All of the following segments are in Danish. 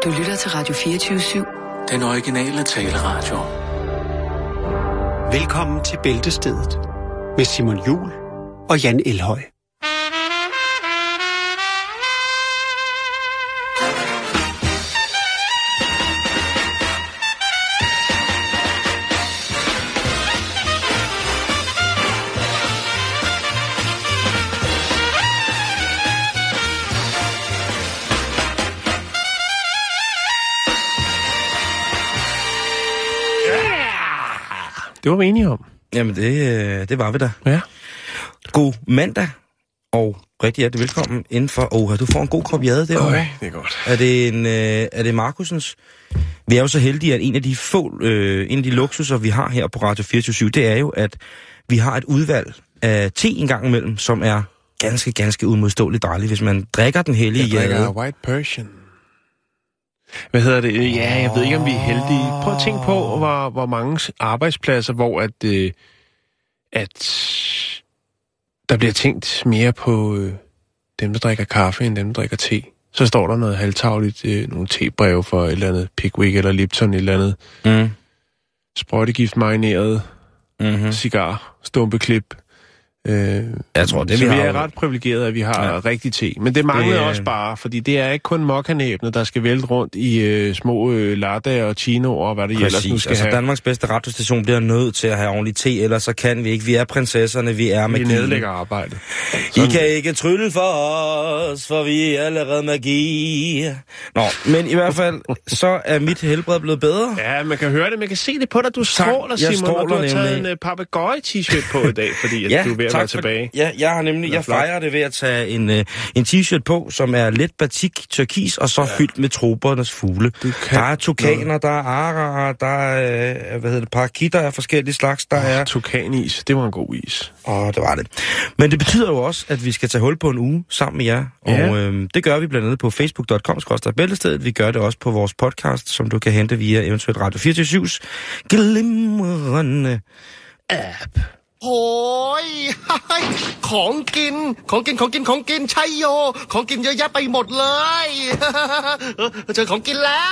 Du lytter til Radio 24/7. Den originale taleradio. Velkommen til Bæltestedet med Simon Juhl og Jan Elhøj. Det var vi enige om. Jamen, det var vi da. Ja. God mandag, og rigtig hjertelig velkommen indenfor. Du får en god kop jade derovre. Okay, det er godt. Er det Markusens? Vi er jo så heldige, at en af de luksuser, vi har her på Radio 24/7, det er jo, at vi har et udvalg af te en gang imellem, som er ganske, ganske udmodståeligt dejligt, hvis man drikker den hellige jade. Jeg drikker White Persian. Hvad hedder det? Ja, jeg ved ikke, om vi er heldige. Prøv at tænke på, hvor mange arbejdspladser, hvor at der bliver tænkt mere på dem, der drikker kaffe, end dem, der drikker te. Så står der noget halvtagligt, nogle tebreve for et eller andet Pickwick eller Lipton, et eller andet sprøjtegift marineret cigar, stumpeklip. Jeg tror, det så vi er ret privilegerede, at vi har rigtig te. Men det mangler også bare, fordi det er ikke kun mokkanæbne, der skal vælte rundt i små latte og chinoer og hvad det ellers nu skal have. Danmarks bedste radiostation bliver nødt til at have ordentligt te, ellers så kan vi ikke. Vi er prinsesserne, vi er magien. Vi nedlægger arbejdet. I kan ikke trylle for os, for vi er allerede magi. Nå, men i hvert fald, så er mit helbred blevet bedre. Ja, man kan høre det, man kan se det på dig. Du stråler, Simon, og du har taget en papegøje-t-shirt på i dag, fordi at du er ved at være tilbage. Ja, jeg fejrer det ved at tage en t-shirt på, som er let batik turkis, og så fyldt med tropernes fugle. Der er tukaner, der er araer, der er, parakitter af forskellige slags, der er... Tukanis, det var en god is. Det var det. Men det betyder jo også, at vi skal tage hul på en uge sammen med jer, og det gør vi blandt andet på facebook.com/bæltestedet. Vi gør det også på vores podcast, som du kan hente via eventuelt Radio 24/7's glimrende app. โอ้ยของกินใช่โยของกินเยอะแยะไปหมดเลยเจอของกินแล้ว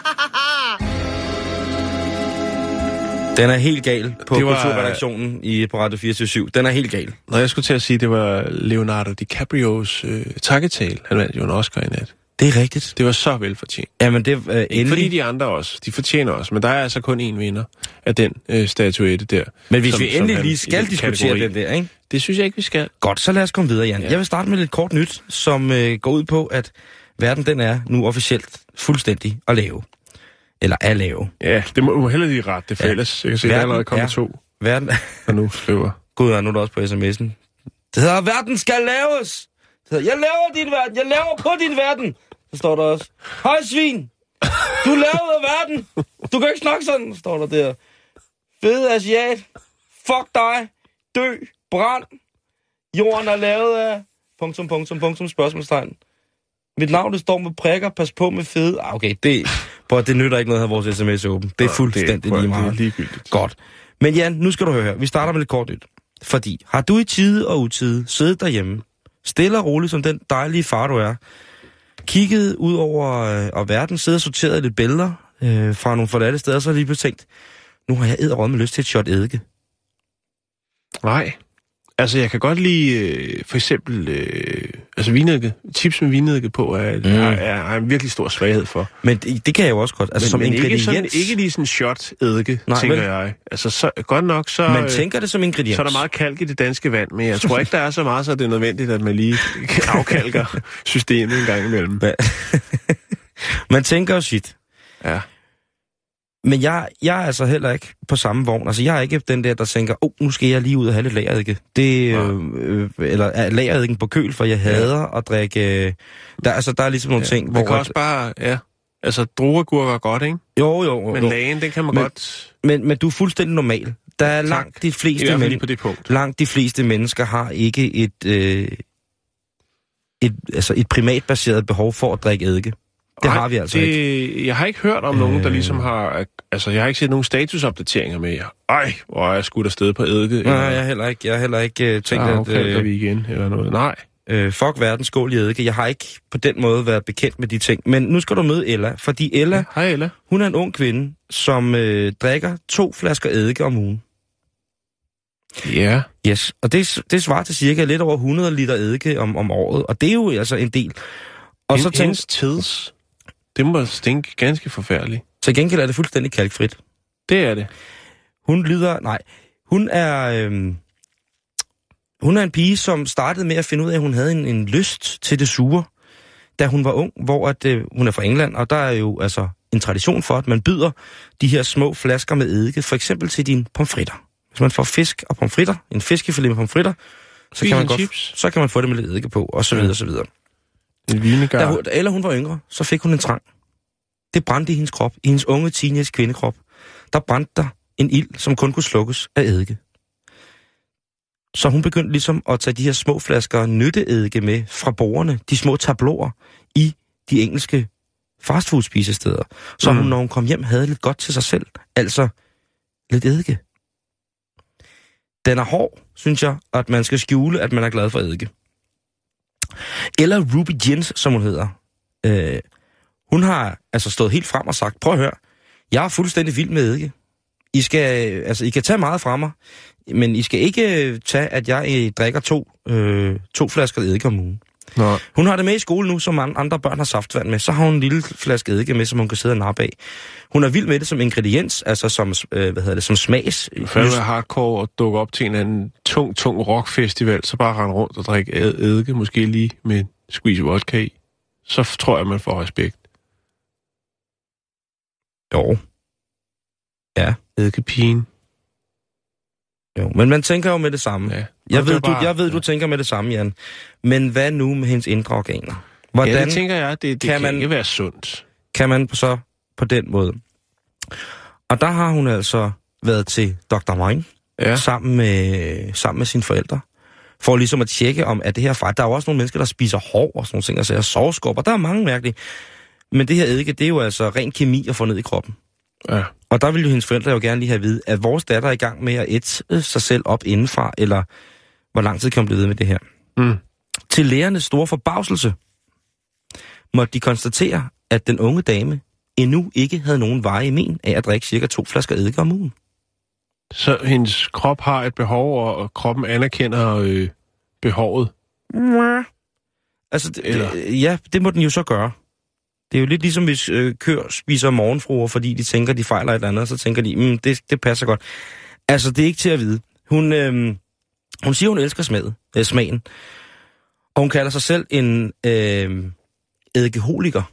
Den er helt gal på kulturredaktionen på Radio 24/7. Den er helt gal. Når jeg skulle til at sige, det var Leonardo DiCaprios takketale. Han vandt jo en Oscar i nat. Det er rigtigt. Det var så velfortjent. Jamen, det er ikke fordi de andre også. De fortjener også. Men der er altså kun én vinder af den statuette der. Men hvis vi endelig lige skal diskutere den der, ikke? Det synes jeg ikke, vi skal. Godt, så lad os komme videre, Jan. Ja. Jeg vil starte med lidt kort nyt, som går ud på, at verden den er nu officielt fuldstændig at lave. Eller at lave. Ja, det må heller lige ret. Det fælles. Jeg kan se, der er allerede kommet 2. Verden... Og nu skriver... Gud, nu er der også på sms'en. Det hedder, verden skal laves! Det hedder, jeg laver din verden! Jeg laver på din verden! Så står der også. Hej svin! Du lavede verden! Du kan ikke snakke sådan, står der der. Fede asiat. Fuck dig. Dø. Brand. Jorden er lavet af... ... spørgsmålstegn. Mit navn, det står med prikker. Pas på med fede... Okay, det nytter ikke noget at have vores sms åben. Det er fuldstændig lige meget. Det er ligegyldigt. Godt. Men Jan, nu skal du høre her. Vi starter med lidt kort nyt. Fordi, har du i tide og utide siddet derhjemme, stille og roligt som den dejlige far, du er, kigget ud over verden, siddet og sorteret lidt billeder fra nogle forladte steder, så har lige tænkt, nu har jeg edderrømme lyst til et shot eddike. Nej. Altså, jeg kan godt lide for eksempel vinedike. Chips med vinedike på er en virkelig stor svaghed for. Men det kan jeg jo også godt. Altså, som ingrediens. Ikke lige sådan shot eddike, tænker jeg. Altså, så, godt nok så... Man tænker det som ingrediens. Så er der meget kalk i det danske vand, men jeg tror ikke, der er så meget, så det er nødvendigt, at man lige afkalker systemet en gang imellem. Man tænker jo sit. Ja. Men jeg er altså heller ikke på samme vogn. Altså, jeg er ikke den der tænker, nu skal jeg lige ud og have lidt lageredike. Eller lageredikken på køl, for jeg hader at drikke... Der er ligesom nogle ting, hvor... Det kan også bare... Ja. Altså, drueagurk er godt, ikke? Jo. Men lagen, den kan man godt... Men du er fuldstændig normal. Der er langt de fleste mennesker har ikke et primatbaseret behov for at drikke eddike. Det har vi altså ikke. Jeg har ikke hørt om nogen, der ligesom har... Altså, jeg har ikke set nogen statusopdateringer med jer. Hvor er jeg skudt afsted på eddike? Nej, jeg har heller ikke tænkt, at... vi igen, eller noget. Nej. fuck verden, skål i eddike. Jeg har ikke på den måde været bekendt med de ting. Men nu skal du møde Ella, fordi Ella, Hej Ella. Hun er en ung kvinde, som drikker 2 flasker eddike om ugen. Ja. Yes, og det svarer til cirka lidt over 100 liter eddike om året, og det er jo altså en del. Og så hendes tids, det må stinke ganske forfærdeligt. Til gengæld er det fuldstændig kalkfrit. Det er det. Hun er en pige, som startede med at finde ud af, at hun havde en lyst til det sure, da hun var ung, hvor hun er fra England, og der er jo altså en tradition for, at man byder de her små flasker med eddike, for eksempel til dine pomfritter. Hvis man får fisk og pomfritter, en fiskefilet med pomfritter, så kan man få det med lidt eddike på, og så videre, og så videre. En vinegar. Eller hun var yngre, så fik hun en trang. Det brændte i hendes krop, i hendes unge teenage kvindekrop. Der brændte der en ild, som kun kunne slukkes af eddike. Så hun begyndte ligesom at tage de her små flasker nytteeddike med fra bordene, de små tabloer i de engelske fastfood-spisesteder. Så hun, når hun kom hjem, havde lidt godt til sig selv. Altså lidt eddike. Den er hård, synes jeg, at man skal skjule, at man er glad for eddike. Eller Ruby Jens, som hun hedder. Hun har altså stået helt frem og sagt, prøv at høre, jeg er fuldstændig vild med eddike. I kan tage meget fra mig, men I skal ikke tage, at jeg drikker 2 flasker eddike om ugen. Nå. Hun har det med i skole nu, som andre børn har saftvand med. Så har hun en lille flaske eddike med, som hun kan sidde og nappe af. Hun er vild med det som ingrediens, altså som smags. Før du er hardcore og dukke op til en anden tung rockfestival, så bare rende rundt og drikke eddike, måske lige med en squeeze vodka i. Så tror jeg, man får respekt. Jo. Ja. Eddikepigen. Jo, men man tænker jo med det samme. Ja. Jeg ved, du tænker med det samme, Jan. Men hvad nu med hendes indre organer? Hvordan det tænker jeg, det kan ikke være sundt. Kan man så på den måde? Og der har hun altså været til Dr. Wine, sammen med sine forældre, for ligesom at tjekke, om at det her fejl. Der er jo også nogle mennesker, der spiser hår og sådan nogle ting, og siger soveskopper. Der er mange mærkelige. Men det her eddike, det er jo altså ren kemi at få ned i kroppen. Ja. Og der ville jo hendes forældre jo gerne lige have at vide, at vores datter er i gang med at æde sig selv op indenfra, eller hvor lang tid kan hun blive ved med det her. Til lærernes store forbavselse måtte de konstatere, at den unge dame endnu ikke havde nogen veje i men af at drikke cirka 2 flasker eddike om ugen. Så hendes krop har et behov, og kroppen anerkender behovet? Altså, det må den jo så gøre. Det er jo lidt ligesom, hvis køer spiser morgenfruer, fordi de tænker, de fejler et eller andet, og så tænker de, det passer godt. Altså, det er ikke til at vide. Hun siger, hun elsker smagen. Og hun kalder sig selv en eddikeholiker.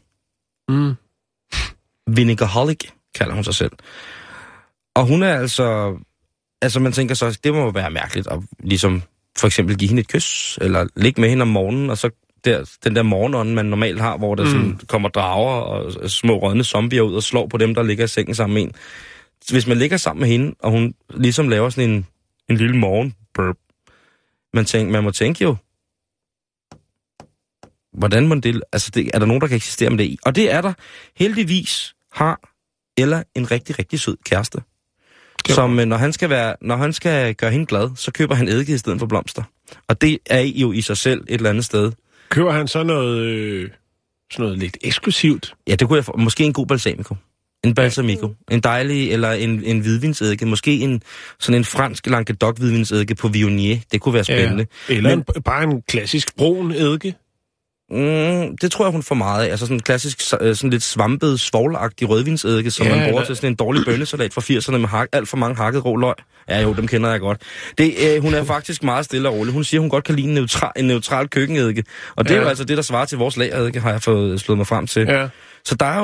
Vinegarholic kalder hun sig selv. Og hun er altså man tænker så, det må være mærkeligt at ligesom for eksempel give hende et kys, eller ligge med hende om morgenen, og så den der morgenånden, man normalt har, hvor der sådan kommer drager og små rådne zombier ud og slår på dem, der ligger i sengen sammen med en. Hvis man ligger sammen med hende, og hun ligesom laver sådan en lille morgenburp, man må tænke jo, hvordan man det, altså er der nogen, der kan eksistere med det i? Og det er der. Heldigvis har Ella en rigtig, rigtig sød kæreste, som når han skal gøre hende glad, så køber han eddike i stedet for blomster. Og det er jo i sig selv et eller andet sted. Køber han så noget lidt eksklusivt? Ja, det kunne jeg måske en god balsamico. En balsamico. En dejlig, eller en hvidvinseddike. Måske sådan en fransk Languedoc-hvidvinseddike på Viognier. Det kunne være spændende. Ja. Eller bare en klassisk brun eddike. Det tror jeg, hun får meget af. Altså sådan en klassisk, sådan lidt svampet, svovlagtig rødvinseddike, som man bruger til sådan en dårlig bønnesalat fra 80'erne med alt for mange hakket rå løg. Ja jo, dem kender jeg godt. Hun er faktisk meget stille og rolig. Hun siger, hun godt kan lide en neutral køkkeneddike. Og det er jo altså det, der svarer til vores lagereddike, har jeg fået slået mig frem til. Ja. Så der er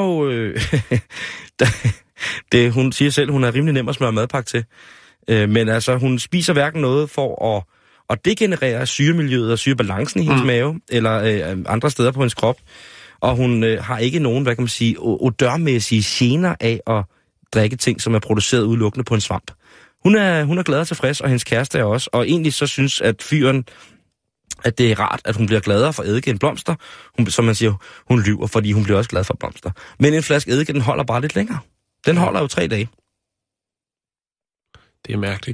jo... hun siger selv, hun er rimelig nem at smøre madpakke til. Men altså, hun spiser hverken noget for at degenerere syremiljøet og syrebalancen i hendes mave, eller andre steder på hendes krop. Og hun har ikke nogen, hvad kan man sige, odørmæssige gener af at drikke ting, som er produceret udelukkende på en svamp. Hun er glad og tilfreds, og hendes kæreste er også. Og egentlig så synes, at fyren, at det er rart, at hun bliver gladere for eddike end blomster. Som man siger, hun lyver, fordi hun bliver også glad for blomster. Men en flaske eddike, den holder bare lidt længere. Den holder jo 3 dage. Det er mærkeligt.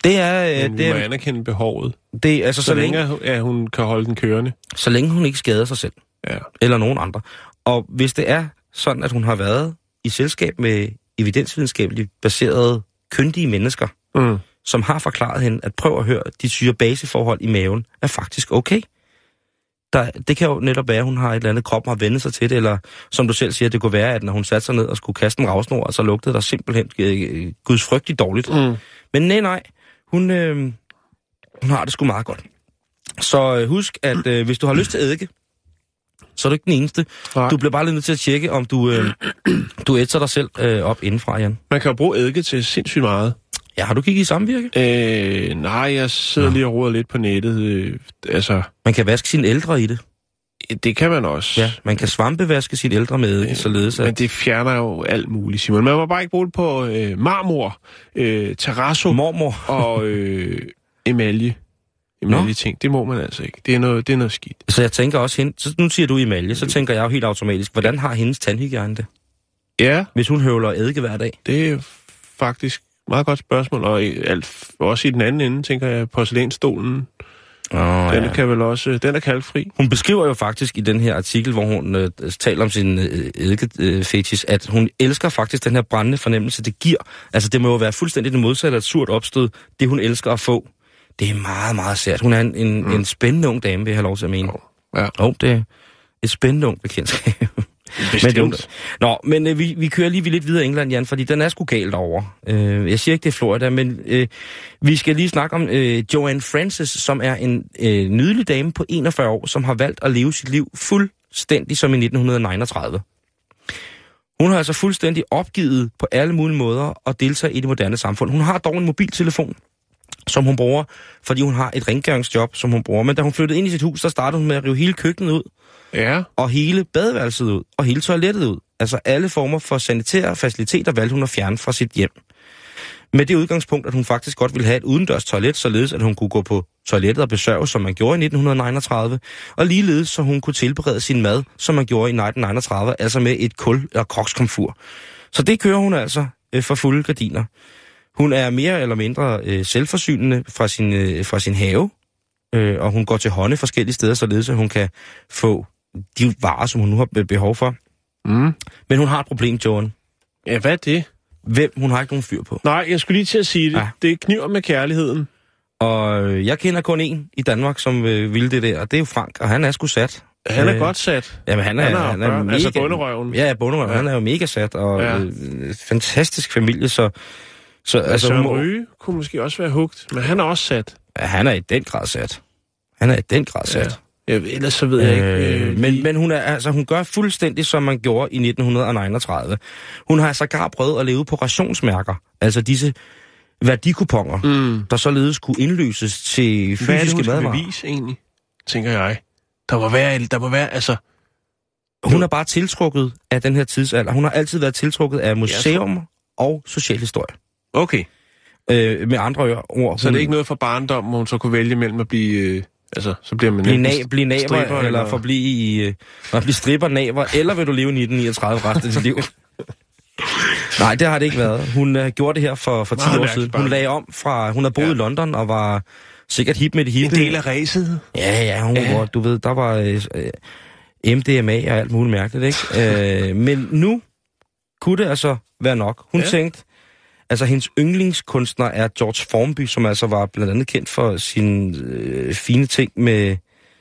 Det er... Men hun må anerkende behovet. Det, altså, så længe hun kan holde den kørende. Så længe hun ikke skader sig selv. Ja. Eller nogen andre. Og hvis det er sådan, at hun har været i selskab med evidensvidenskabeligt baserede, kyndige mennesker, som har forklaret hende, at prøve at høre, de syre-baseforhold i maven er faktisk okay. Det kan jo netop være, at hun har et eller andet krop, har vendt sig til det, eller som du selv siger, det kunne være, at når hun satte sig ned og skulle kaste en ravsnor, så lugtede der simpelthen gudsfrygtigt dårligt. Men nej, hun har det sgu meget godt. Så husk, at hvis du har lyst til eddike, så er du ikke den eneste. Nej. Du bliver bare lidt nødt til at tjekke, om du ætser dig selv op indenfra, Jan. Man kan jo bruge eddike til sindssygt meget. Ja, har du kigget i samvirke? Nej, jeg sidder lige og roder lidt på nettet. Man kan vaske sine ældre i det. Det kan man også. Ja, man kan svampevaske sine ældre med eddike, således at... Men det fjerner jo alt muligt, Simon. Man må bare ikke bruge det på marmor, terrasso... Mormor. Og emalje. Emalje-ting, det må man altså ikke. Det er noget skidt. Så jeg tænker også, nu siger du emalje, så tænker jeg jo helt automatisk, hvordan har hendes tandhygiejne det? Ja. Hvis hun høvler eddike hver dag? Det er faktisk meget godt spørgsmål, og også i den anden ende, tænker jeg, porcelænsstolen. Den kan vel også, den er kalkfri. Hun beskriver jo faktisk i den her artikel, hvor hun taler om sin eddike-fetis, at hun elsker faktisk den her brændende fornemmelse, det giver. Altså det må jo være fuldstændig det modsatte af et surt opstød, det hun elsker at få. Det er meget, meget sært. Hun er en spændende ung dame, vil jeg have lov til at mene. Ja. Det er et spændende ung bekendtskab. Men vi kører lige lidt videre i England, Jan, fordi den er sgu galt over. Jeg siger ikke, det er Florida, men vi skal lige snakke om Joanne Francis, som er en nydelig dame på 41 år, som har valgt at leve sit liv fuldstændig som i 1939. Hun har altså fuldstændig opgivet på alle mulige måder at deltage i det moderne samfund. Hun har dog en mobiltelefon, som hun bruger, fordi hun har et rengøringsjob, som hun bruger. Men da hun flyttede ind i sit hus, der startede hun med at rive hele køkkenet ud. Ja. Og hele badeværelset ud, og hele toilettet ud. Altså alle former for sanitære faciliteter valgte hun at fjerne fra sit hjem. Med det udgangspunkt, at hun faktisk godt ville have et udendørs toilet, således at hun kunne gå på toilettet og besørge, som man gjorde i 1939, og ligeledes så hun kunne tilberede sin mad, som man gjorde i 1939, altså med et kul- og kokskomfur. Så det kører hun altså for fulde gardiner. Hun er mere eller mindre selvforsynende fra sin have, og hun går til hånde forskellige steder, således at hun kan få de varer, som hun nu har behov for. Men hun har et problem, Joan. Ja, hvad er det? Hun har ikke nogen fyr på. Nej, jeg skulle lige til at sige det. Ja. Det kniver med kærligheden. Og jeg kender kun en i Danmark, som ville det der, og det er jo Frank, og han er sgu sat. Han er godt sat. Jamen, han er mega... Altså bunderøven. Ja, bunderøven. Ja. Han er jo mega sat, og fantastisk familie, så altså Søren Ryge kunne måske også være hugt, men han er også sat. Ja, han er i den grad sat. Ja, ellers så ved jeg ikke. Men hun gør fuldstændig, som man gjorde i 1939. Hun har sågar prøvet at leve på rationsmærker, altså disse værdikuponger, der således kunne indløses til fysiske madvarer. Hvad er det, hun skal bevise egentlig, tænker jeg? Der må være, altså... Hun er bare tiltrukket af den her tidsalder. Hun har altid været tiltrukket af museum og socialhistorie. Okay. Med andre ord... Så det er ikke noget for barndom, hvor hun så kunne vælge mellem at blive... så bliver man blive naver, eller blive stripper naver, eller vil du leve i 1939 resten af dit liv? Nej, det har det ikke været. Hun gjorde det her for 10 år siden. Hun lagde om fra... Hun har boet i London og var sikkert hip med det hippe. En del af racet. Ja, hun var, du ved, der var MDMA og alt muligt mærkeligt, ikke? Men nu kunne det altså være nok. Hun tænkte... Altså, hendes yndlingskunstner er George Formby, som altså var blandt andet kendt for sine fine ting med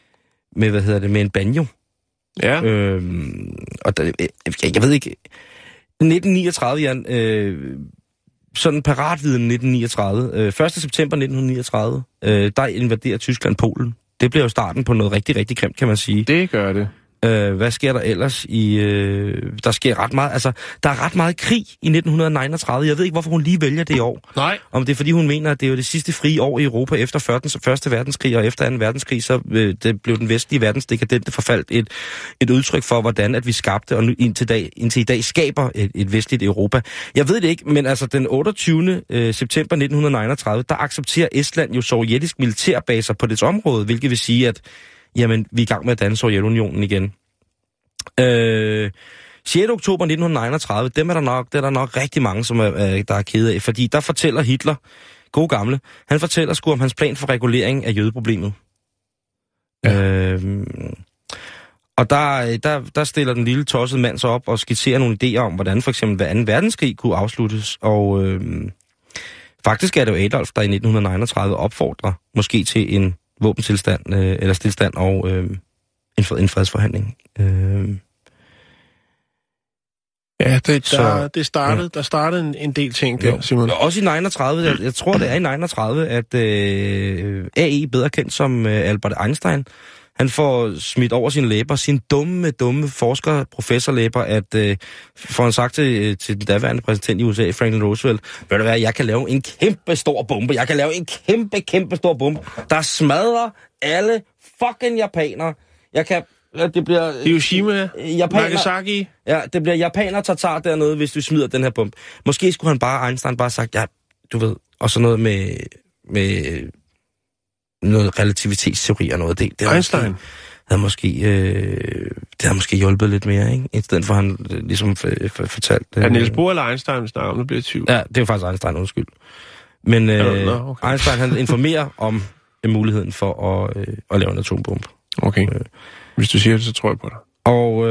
med en banjo. Ja. Og jeg ved ikke... 1939, Jan, sådan paratviden 1939. 1. september 1939, der invaderer Tyskland Polen. Det bliver jo starten på noget rigtig, rigtig grimt, kan man sige. Det gør det. Hvad sker der ellers der sker ret meget, altså der er ret meget krig i 1939. Jeg ved ikke, hvorfor hun lige vælger det i år. Nej. Om det er, fordi hun mener, at det er jo det sidste frie år i Europa efter første verdenskrig, og efter 2. verdenskrig, så det blev den vestlige verdens dekadente forfald et udtryk for, hvordan at vi skabte, og nu indtil i dag skaber et vestligt Europa. Jeg ved det ikke, men altså den 28. september 1939, der accepterer Estland jo sovjetisk militærbaser på dets område, hvilket vil sige, at jamen, vi er i gang med at danne Sovjetunionen igen. 6. oktober 1939, det er der nok rigtig mange, som der er kede af, fordi der fortæller Hitler gode gamle, han fortæller sgu om hans plan for regulering af jødeproblemet. Ja. Og der stiller den lille tossede mand sig op og skitserer nogle idéer om, hvordan for eksempel 2. verdenskrig kunne afsluttes. Og faktisk er det jo Adolf, der i 1939 opfordrer måske til en våbenstilstand, eller stillstand og en fredsforhandling. Ja, der startede en del ting der, Simon. Også i 39, jeg tror det er i 39, at A.E., bedre kendt som Albert Einstein, han får smidt over sine læber, sine dumme professorlæber, at får han sagt til den daværende præsident i USA, Franklin Roosevelt, ved du hvad, jeg kan lave en kæmpe stor bombe, kæmpe stor bombe, der smadrer alle fucking japanere. Det bliver Hiroshima, Nagasaki. Ja, det bliver japaner tatar dernede, hvis du smider den her bombe. Måske skulle Einstein bare sagt, ja, du ved, og sådan noget med noget relativitetsteori og noget. Det Einstein havde måske hjulpet lidt mere, ikke? I stedet for han ligesom fortalt. Er Niels Bohr eller Einstein, vi snakker om, det bliver 20? Ja, det er jo faktisk Einstein, undskyld. Men okay. Einstein, han informerer om muligheden for at lave en atombombe. Okay. Hvis du siger det, så tror jeg på dig. Og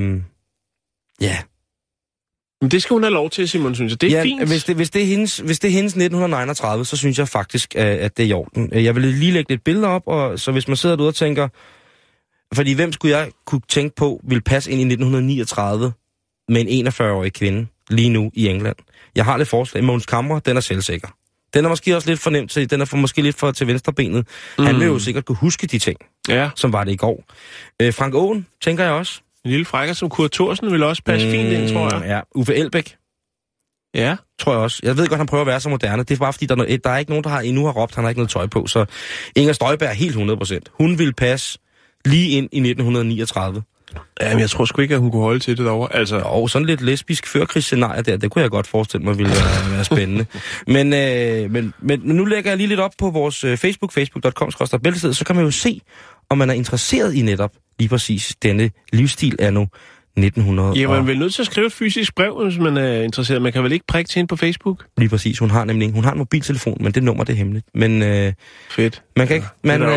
ja. Men det skal hun have lov til, Simon, synes jeg. Det er fint. Hvis det er hendes 1939, så synes jeg faktisk, at det er i orden. Jeg vil lige lægge lidt billeder op, og så hvis man sidder derude og tænker, fordi hvem skulle jeg kunne tænke på, ville passe ind i 1939 med en 41-årig kvinde lige nu i England? Jeg har lidt forslag. Mogens Camre, den er selvsikker. Den er måske også lidt fornemt til, den er måske lidt for til venstrebenet. Han vil jo sikkert kunne huske de ting, som var det i går. Frank Aaen, tænker jeg også. En lille frækker som Kurt Thorsen vil også passe fint ind, tror jeg. Ja, Uffe Elbæk. Ja. Tror jeg også. Jeg ved godt, han prøver at være så moderne. Det er bare fordi, der er ikke nogen, der endnu har råbt, han har ikke noget tøj på. Så Inger Støjberg er helt 100%. Hun vil passe lige ind i 1939. Jamen, jeg tror sgu ikke, at hun kunne holde til det derovre. Altså. Jo, sådan lidt lesbisk førkrigsscenarie der, det kunne jeg godt forestille mig ville være spændende. Men nu lægger jeg lige lidt op på vores facebook.com/bæltestedet, så kan man jo se, om man er interesseret i netop lige præcis denne livsstil er nu 1900. Ja, man er vel nødt til at skrive et fysisk brev, hvis man er interesseret. Man kan vel ikke prikke til hende på Facebook? Lige præcis. Hun har en mobiltelefon, men det nummer det er hemmeligt. Men fedt. Man kan ikke.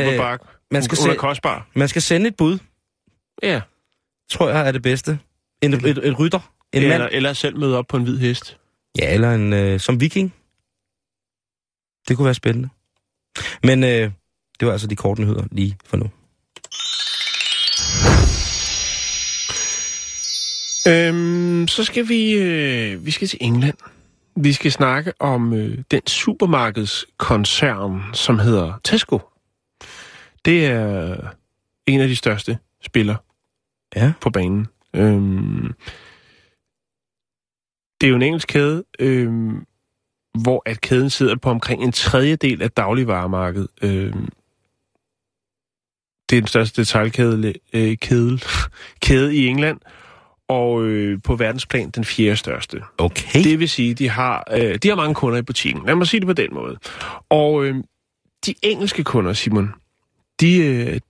Man skal sende et bud. Ja. Tror jeg er det bedste. Et rytter. Eller selv møde op på en hvid hest. Ja, eller en som viking. Det kunne være spændende. Men det var altså de korte nyheder lige for nu. Så skal vi skal til England. Vi skal snakke om den supermarkedskoncern, som hedder Tesco. Det er en af de største spillere på banen. Det er jo en engelsk kæde, hvor at kæden sidder på omkring 1/3 af dagligvaremarkedet. Det er den største detailkæde kæde i England, og på verdensplan den 4. største. Okay. Det vil sige, de har mange kunder i butikken. Lad mig sige det på den måde. Og de engelske kunder, Simon, de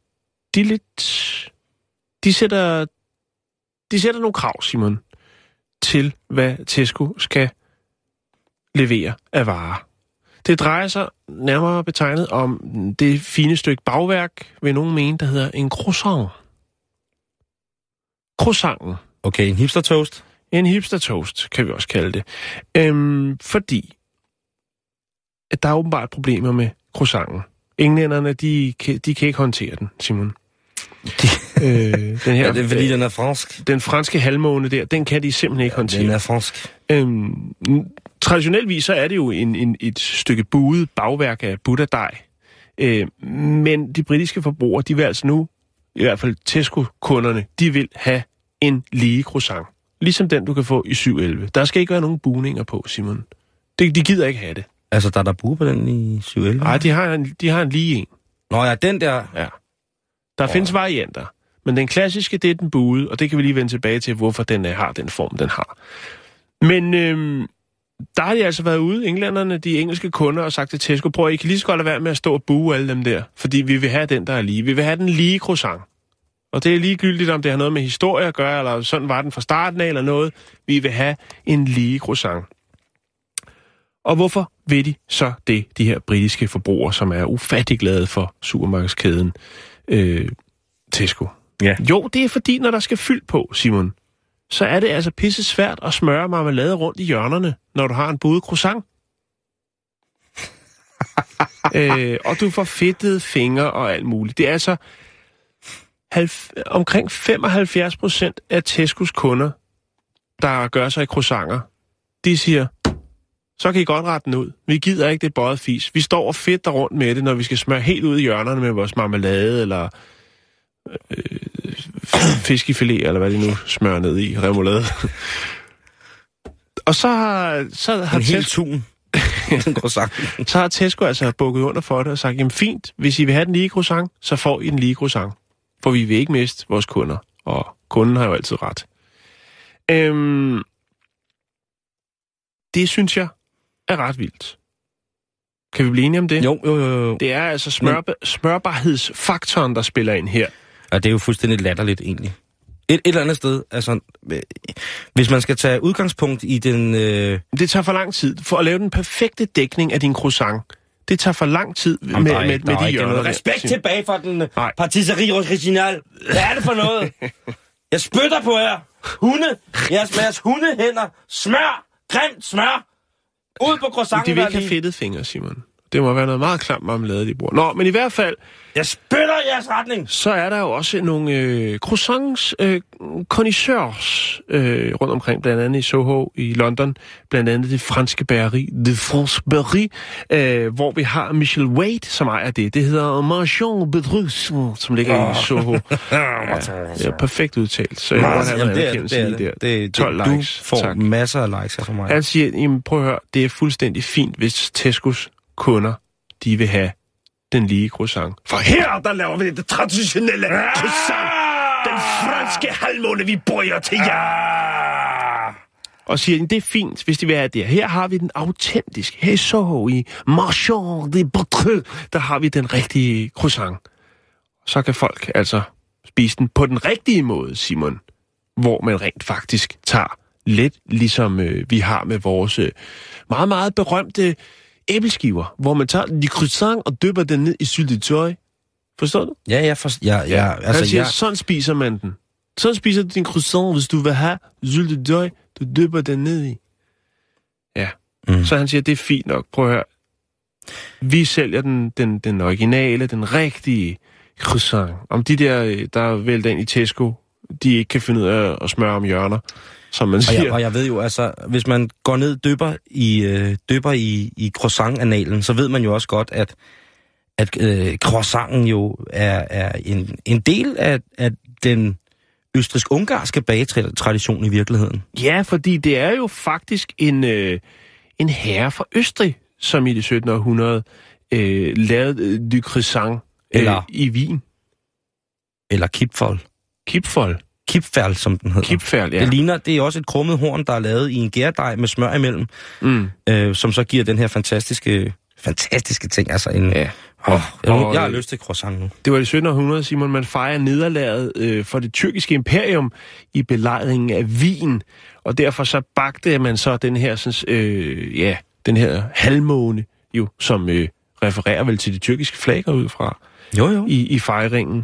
sætter nogle krav, Simon, til hvad Tesco skal levere af varer. Det drejer sig nærmere betegnet om det fine stykke bagværk, vil nogen mene, der hedder en croissant. Croissanten. Okay, en hipster-toast? En hipster-toast, kan vi også kalde det. Fordi at der er åbenbart problemer med croissanten. Englænderne, de kan ikke håndtere den, Simon. Den her, er det fordi, den er fransk? Den franske halvmåne der, den kan de simpelthen ikke håndtere. Den er fransk. Traditioneltvis så er det jo et stykke buet bagværk af butterdej. Men de britiske forbrugere, de vil altså nu, i hvert fald Tesco-kunderne, de vil have en lige croissant. Ligesom den, du kan få i 7/11. Der skal ikke være nogen bugninger på, Simon. De gider ikke have det. Altså, der er bue på den i 7/11? Nej, de har en lige en. Nå ja, den der. Ja. Der findes varianter. Men den klassiske, det er den buede, og det kan vi lige vende tilbage til, hvorfor den har den form, den har. Men der har de altså været ude, englænderne, de engelske kunder, og sagt til Tesco, prøv, I kan lige så godt lade være med at stå og bue alle dem der, fordi vi vil have den, der er lige. Vi vil have den lige croissant. Og det er ligegyldigt, om det har noget med historie at gøre, eller sådan var den fra starten af, eller noget. Vi vil have en lige croissant. Og hvorfor vil de så det, de her britiske forbrugere, som er ufattelig glade for supermarkedskæden Tesco? Ja. Jo, det er fordi, når der skal fyld på, Simon, så er det altså pisse svært at smøre marmelade rundt i hjørnerne, når du har en buet croissant. Og du får fedtede fingre og alt muligt. Det er altså omkring 75% af Tescos kunder, der gør sig i croissanter. De siger, så kan I godt rette den ud. Vi gider ikke det bøjet fis. Vi står og fedter rundt med det, når vi skal smøre helt ud i hjørnerne med vores marmelade, eller fiskefilet, eller hvad de nu smører ned i, remoulade. Og så har en hel tun. Så har Tesco altså bukket under for det og sagt, jamen fint, hvis I vil have den lige croissant, så får I den lige croissant. For vi vil ikke miste vores kunder, og kunden har jo altid ret. Det synes jeg er ret vildt. Kan vi blive enige om det? Jo. Det er altså smørbarhedsfaktoren, der spiller ind her. Ja, det er jo fuldstændig latterligt egentlig. Et eller andet sted, altså, hvis man skal tage udgangspunkt i den... Det tager for lang tid. For at lave den perfekte dækning af din croissant, det tager for lang tid med de hjørner. Respekt tilbage for den patisserie original. Hvad er det for noget? Jeg spytter på jer. Jeres hundehænder. Smør. Grimt smør. Ud på croissanten. De vil ikke have fedtede fingre, Simon. Det må være noget meget klamt marmelade, de bruger. Nå, men i hvert fald... Jeg spytter i jeres retning! Så er der jo også nogle croissants connoisseurs rundt omkring, blandt andet i Soho i London, blandt andet det franske bageri, de France Berry, hvor vi har Michel Wade, som ejer det. Det hedder Marchand Bedrus, som ligger i Soho. Det er perfekt udtalt, så jeg må have en anerkendelse i der. 12 likes. Du får masser af likes her fra mig. Han siger, jamen, prøv at høre, det er fuldstændig fint, hvis Tescos kunder, de vil have den lige croissant. For her, der laver vi det traditionelle croissant. Den franske halvmåne, vi bøjer til jer. Og siger, det er fint, hvis de vil have det. Her har vi den autentiske. Her i Soho, i Marchand de Bedrus, der har vi den rigtige croissant. Så kan folk altså spise den på den rigtige måde, Simon. Hvor man rent faktisk tager lidt, ligesom vi har med vores meget, meget berømte æbleskiver, hvor man tager de croissant og dypper den ned i syltetøj. Forstår du? Ja. Sådan spiser man den. Sådan spiser du din croissant, hvis du vil have syltetøj, du dypper den ned i. Ja. Så han siger, det er fint nok. Prøv at høre. Vi sælger den originale, den rigtige croissant. Om de der vælter ind i Tesco, de ikke kan finde ud af at smøre om hjørner, som man siger. Og jeg ved jo, altså, hvis man går ned dypper i croissant-analen, så ved man jo også godt, at croissanten jo er en del af den østrisk-ungarske bagetradition i virkeligheden. Ja, fordi det er jo faktisk en herre fra Østrig, som i det 17. århundrede lavede du croissant i Wien. Eller Kipfol. Kipferl, som den hedder. Kipferl, ja. Det er også et krummet horn, der er lavet i en gærdej med smør imellem, som så giver den her fantastiske ting. Altså jeg har lyst til croissant nu. Det var det 17. århundrede, Simon. Man fejrer nederlaget for det tyrkiske imperium i belejringen af Wien. Og derfor så bagte man så den her, den her halvmåne, jo, som refererer vel til de tyrkiske flager ud fra. Jo. I fejringen.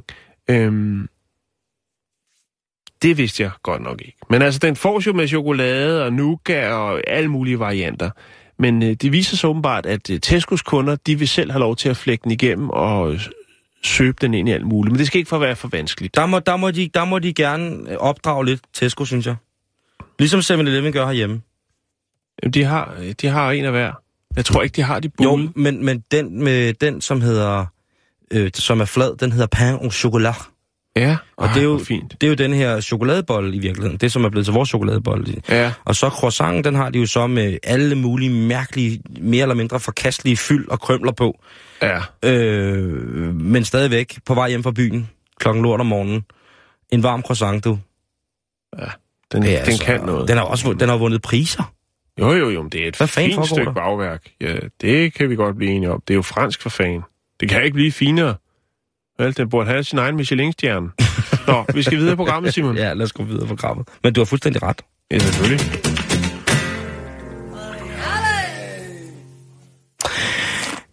Det vidste jeg godt nok ikke. Men altså, den fås jo med chokolade og nougat og alle mulige varianter. Men det viser sig åbenbart, at Tescos kunder, de vil selv have lov til at flække den igennem og søbe den ind i alt muligt. Men det skal ikke være for vanskeligt. Der må de gerne opdrage lidt Tesco, synes jeg. Ligesom 7-Eleven gør herhjemme. De har en af hver. Jeg tror ikke, de har de bulle. Jo, men den som hedder, som er flad, den hedder pain au chocolat. Ja, og det er jo fint. Det er jo den her chokoladebolle i virkeligheden, det som er blevet til vores chokoladebolle. Ja. Og så croissanten, den har de jo så med alle mulige mærkelige, mere eller mindre forkastelige fyld og krømler på. Ja. Men stadigvæk på vej hjem fra byen, klokken lort om morgenen. En varm croissant, du. Ja, den kan noget. Den har vundet priser. Jo, men det er et fint stykke bagværk. Ja, det kan vi godt blive enige om. Det er jo fransk for fan. Det kan ikke blive finere. Vel, den burde have sin egen Michelin-stjerne. Nå, vi skal videre i programmet, Simon. Ja, lad os gå videre i programmet. Men du har fuldstændig ret. Ja, selvfølgelig.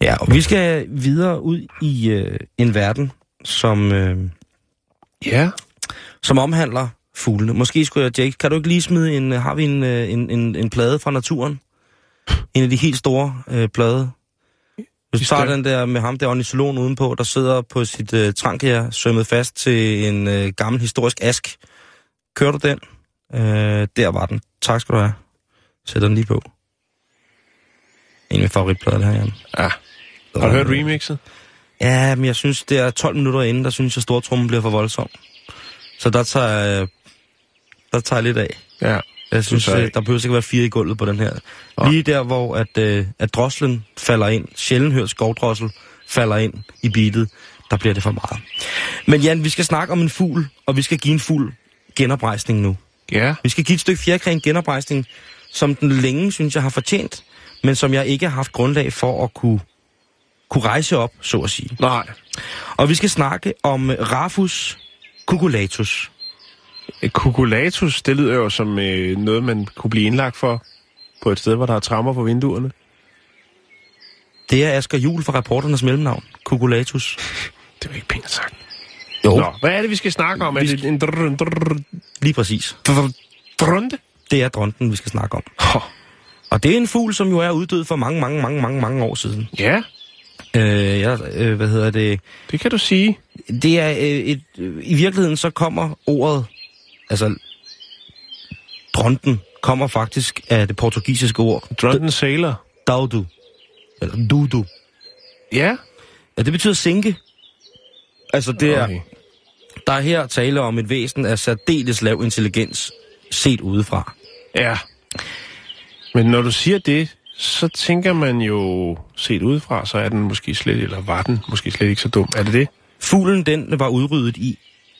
Ja, og vi skal videre ud i en verden, som omhandler fuglene. Måske skulle jeg, Jake, kan du ikke lige smide har vi en plade fra naturen? En af de helt store plade. Hvis du tager den der med ham der ornitologen udenpå, der sidder på sit trankejær sømmet fast til en gammel historisk ask. Kører du den? Der var den. Tak skal du have. Sætter den lige på. En af mine favoritplader, det her, Jan. Ja. Har du hørt remixet? Ja, men jeg synes, det er 12 minutter inden, der synes jeg, at stortrummen bliver for voldsom. Så der tager jeg lidt af. Ja. Jeg synes, der behøver ikke være 4 i gulvet på den her. Ja. Lige der, hvor at droslen falder ind, sjældent hørt skovdrossel falder ind i beatet, der bliver det for meget. Men Jan, vi skal snakke om en fugl, og vi skal give en fugl genoprejsning nu. Ja. Vi skal give et stykke fjerkræ en genoprejsning, som den længe, synes jeg, har fortjent, men som jeg ikke har haft grundlag for at kunne rejse op, så at sige. Nej. Og vi skal snakke om Raphus cucullatus. Cucullatus, det lyder jo som noget, man kunne blive indlagt for på et sted, hvor der er tremmer på vinduerne. Det er Asger Juhl fra Reporternes mellemnavn. Cucullatus. Det var ikke pænt sagt. Jo. Nå, hvad er det, vi skal snakke om? Er det en lige præcis. Drunte? Det er dronten, vi skal snakke om. Og det er en fugl, som jo er uddød for mange år siden. Ja. Hvad hedder det? Det kan du sige. Det er i virkeligheden så kommer ordet, altså dronten, kommer faktisk af det portugisiske ord. Drunten sailor. Daudu. Eller dudu. Ja. Ja, det betyder sinke. Altså det er, der er her tale om et væsen af særdeles lav intelligens set udefra. Ja. Men når du siger det, så tænker man jo, set udefra, så er den måske slet, eller var den måske slet ikke så dum. Er det det? Fuglen, den var udryddet i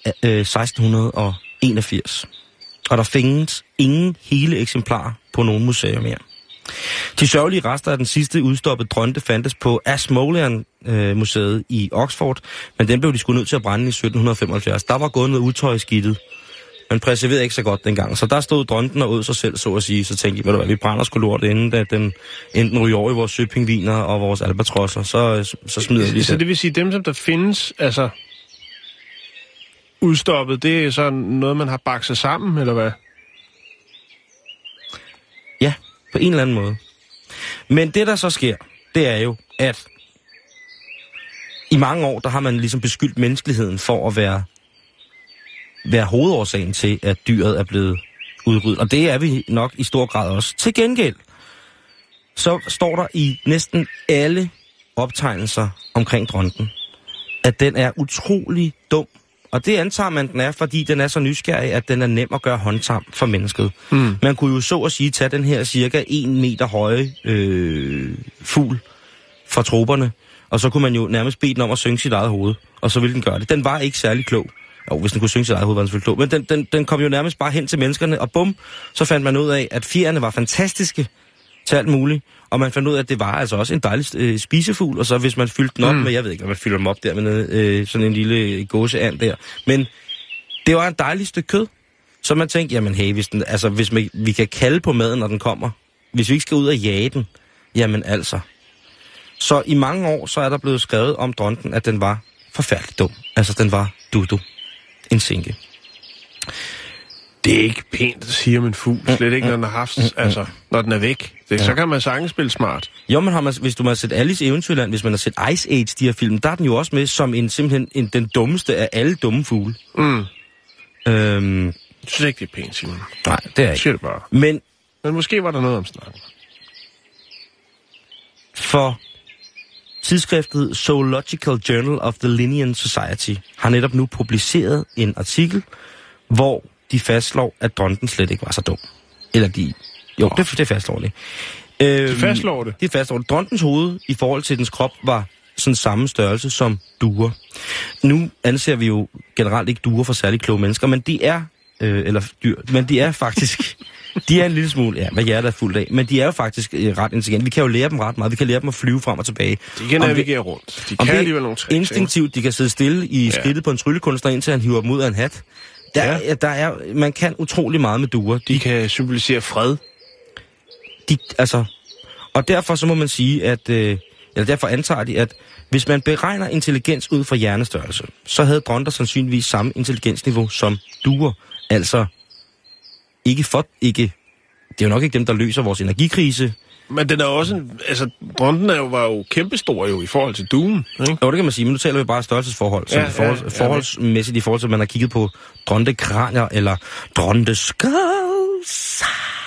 1681. Og der findes ingen hele eksemplarer på nogen museer mere. De sørgelige rester af den sidste udstoppede dronte fandtes på Ashmolean-museet i Oxford, men den blev de sgu nødt til at brænde i 1775. Der var gået noget udtøj i skidtet. Man præserverede ikke så godt dengang, så der stod dronten og åd sig selv, så at sige. Så tænkte jeg, ved du hvad, vi brænder sgu lort, inden at den enten ryger over i vores søpingviner og vores albatrosser, så smider vi det. Så det vil sige, dem som der findes, altså udstoppet, det er så noget, man har bakset sammen, eller hvad? Ja, på en eller anden måde. Men det, der så sker, det er jo, at i mange år, der har man ligesom beskyldt menneskeligheden for at være hovedårsagen til, at dyret er blevet udryddet. Og det er vi nok i stor grad også. Til gengæld, så står der i næsten alle optegnelser omkring dronten, at den er utrolig dum. Og det antager man, den er, fordi den er så nysgerrig, at den er nem at gøre håndtam for mennesket. Man kunne jo så at sige tage den her cirka 1 meter høje fugl fra troperne, og så kunne man jo nærmest bede den om at synge sit eget hoved, og så ville den gøre det. Den var ikke særlig klog. Jo, hvis den kunne synge sit eget hoved, var den selvfølgelig klog. Men den kom jo nærmest bare hen til menneskerne, og bum, så fandt man ud af, at fjerene var fantastiske til alt muligt. Og man fandt ud af, at det var altså også en dejlig spisefugl, og så hvis man fyldte den op med, jeg ved ikke, hvad man fylder dem op der med sådan en lille gåseand der. Men det var en dejlig stykke kød. Så man tænkte, jamen hey, hvis vi kan kalde på maden, når den kommer. Hvis vi ikke skal ud og jage den, jamen altså. Så i mange år, så er der blevet skrevet om dronten, at den var forfærdelig dum. Altså, den var dudu. En sinke. Det er ikke pænt at sige om en fugl. Slet ikke, når den har haft, altså, når den er væk. Så kan man sagtens spille smart. Jo, men hvis du har set Alice i Eventyrland, hvis man har set Ice Age, de her film, der er den jo også med som simpelthen den dummeste af alle dumme fugle. Jeg synes ikke, det er pænt, Simon. Nej, det er ikke. Siger det bare. Men måske var der noget om snakken. For tidsskriftet Zoological Journal of the Linnean Society har netop nu publiceret en artikel, hvor de fastslår, at dronten slet ikke var så dum. Eller det fastslår det. De fastslår det? De fastslår det. Drontens hoved i forhold til dens krop var sådan samme størrelse som duer. Nu anser vi jo generelt ikke duer for særlig kloge mennesker, men de er, eller dyr, men de er faktisk, de er en lille smule, ja, hvad hjertet er fuldt af, men de er jo faktisk ret intelligente. Vi kan jo lære dem ret meget. Vi kan lære dem at flyve frem og tilbage. De kan navigere rundt. De kan alligevel nogle tricks. Instinktivt, de kan sidde stille i skridtet på en tryllekunstner, indtil han hiver dem ud af en hat. Man kan utrolig meget med duer. De kan symbolisere fred. Og derfor så må man sige, at eller derfor antager de, at hvis man beregner intelligens ud fra hjernestørrelse, så havde dronter sandsynligvis samme intelligensniveau som duer. Altså, det er jo nok ikke dem, der løser vores energikrise. Men den er også dronten var jo kæmpestor jo i forhold til duen, ikke? Jo, det kan man sige, men nu taler vi bare størrelsesforhold. Ja, forholdsmæssigt i forhold til, at man har kigget på drontekranier eller dronteskulls.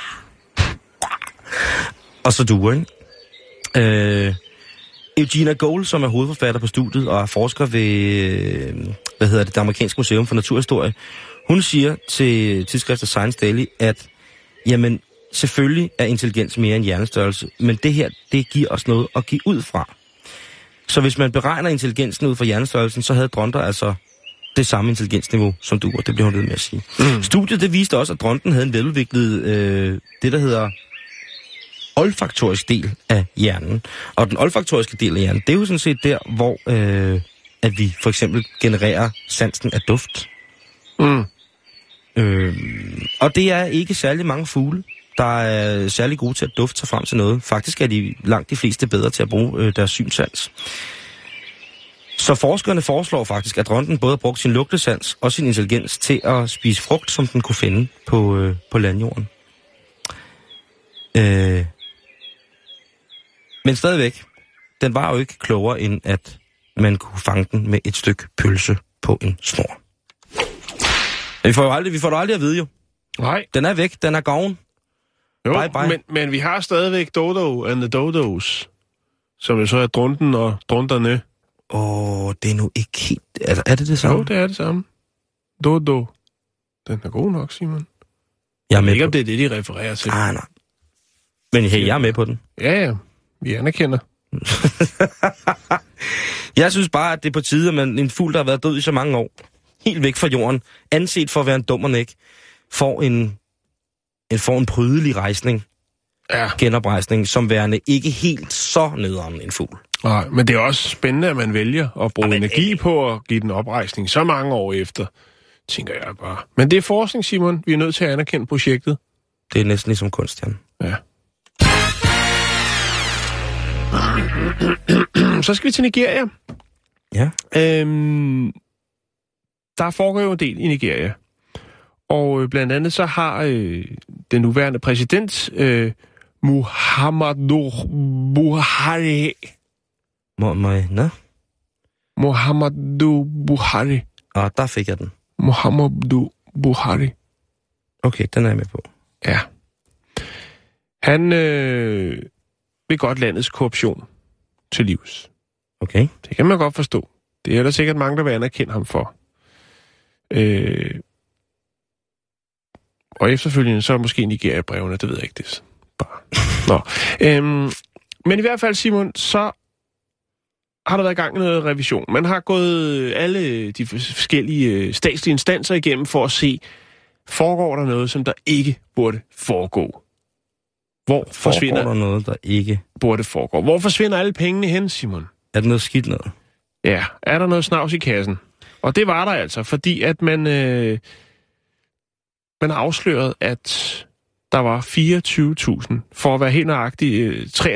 Og så duer, ikke? Eugenia Gold, som er hovedforfatter på studiet og er forsker ved det amerikanske museum for naturhistorie, hun siger til tidsskriftet Science Daily, at jamen, selvfølgelig er intelligens mere end hjernestørrelse, men det her, det giver os noget at give ud fra. Så hvis man beregner intelligensen ud fra hjernestørrelsen, så havde dronter altså det samme intelligensniveau som duer. Det bliver hun ved med at sige. Studiet, det viste også, at dronten havde en veludviklet, det der hedder olfaktorisk del af hjernen. Og den olfaktoriske del af hjernen, det er jo sådan set der, hvor at vi for eksempel genererer sansen af duft. Og det er ikke særlig mange fugle, der er særlig gode til at dufte sig frem til noget. Faktisk er de langt de fleste bedre til at bruge deres synsans. Så forskerne foreslår faktisk, at dronten både har brugt sin lugtesans og sin intelligens til at spise frugt, som den kunne finde på landjorden. Men stadigvæk, den var jo ikke klogere, end at man kunne fange den med et stykke pølse på en snor. Vi får det aldrig at vide, jo. Nej. Den er væk, den er gone. Jo, bye. Men vi har stadigvæk Dodo and the Dodos, som jo så er dronten og dronterne. Det er nu ikke helt... Er det samme? Jo, det er det samme. Dodo. Den er god nok, Simon. Jeg er med ikke, på om det er det, de refererer til. Nej. Men hey, jeg er med på den. Ja. Vi anerkender. Jeg synes bare, at det er på tide, at en fugl, der har været død i så mange år, helt væk fra jorden, anset for at være en dummernæk, får en prydelig rejsning, genoprejsning, som værende ikke helt så nederen en fugl. Nej, men det er også spændende, at man vælger at bruge energi på at give den oprejsning så mange år efter, tænker jeg bare. Men det er forskning, Simon. Vi er nødt til at anerkende projektet. Det er næsten ligesom kunst, Jan. Ja. Så skal vi til Nigeria. Ja. Der foregår jo en del i Nigeria. Og blandt andet så har den nuværende præsident, Muhammadu Buhari. Muhammadu Buhari. Der fik jeg den. Muhammadu Buhari. Okay, den er jeg med på. Ja. Han vil godt landets korruption til livs. Okay. Det kan man godt forstå. Det er der sikkert mange, der vil anerkende ham for. Og efterfølgende så måske Nigeria-brevene, det ved jeg ikke, det bare. Nå. Men i hvert fald, Simon, så har der været i gang med noget revision. Man har gået alle de forskellige statslige instanser igennem for at se, foregår der noget, som der ikke burde foregå? Hvor forsvinder der noget, der ikke burde foregå? Hvor forsvinder alle pengene hen, Simon? Er der noget skidt noget? Ja, er der noget snavs i kassen? Og det var der altså, fordi at man afslørede, at der var 24.000, for at være helt nøjagtig,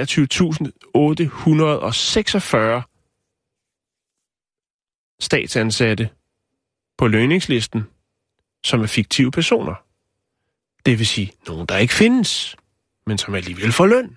23.846 statsansatte på lønningslisten, som er fiktive personer. Det vil sige, nogen der ikke findes, men som alligevel får løn.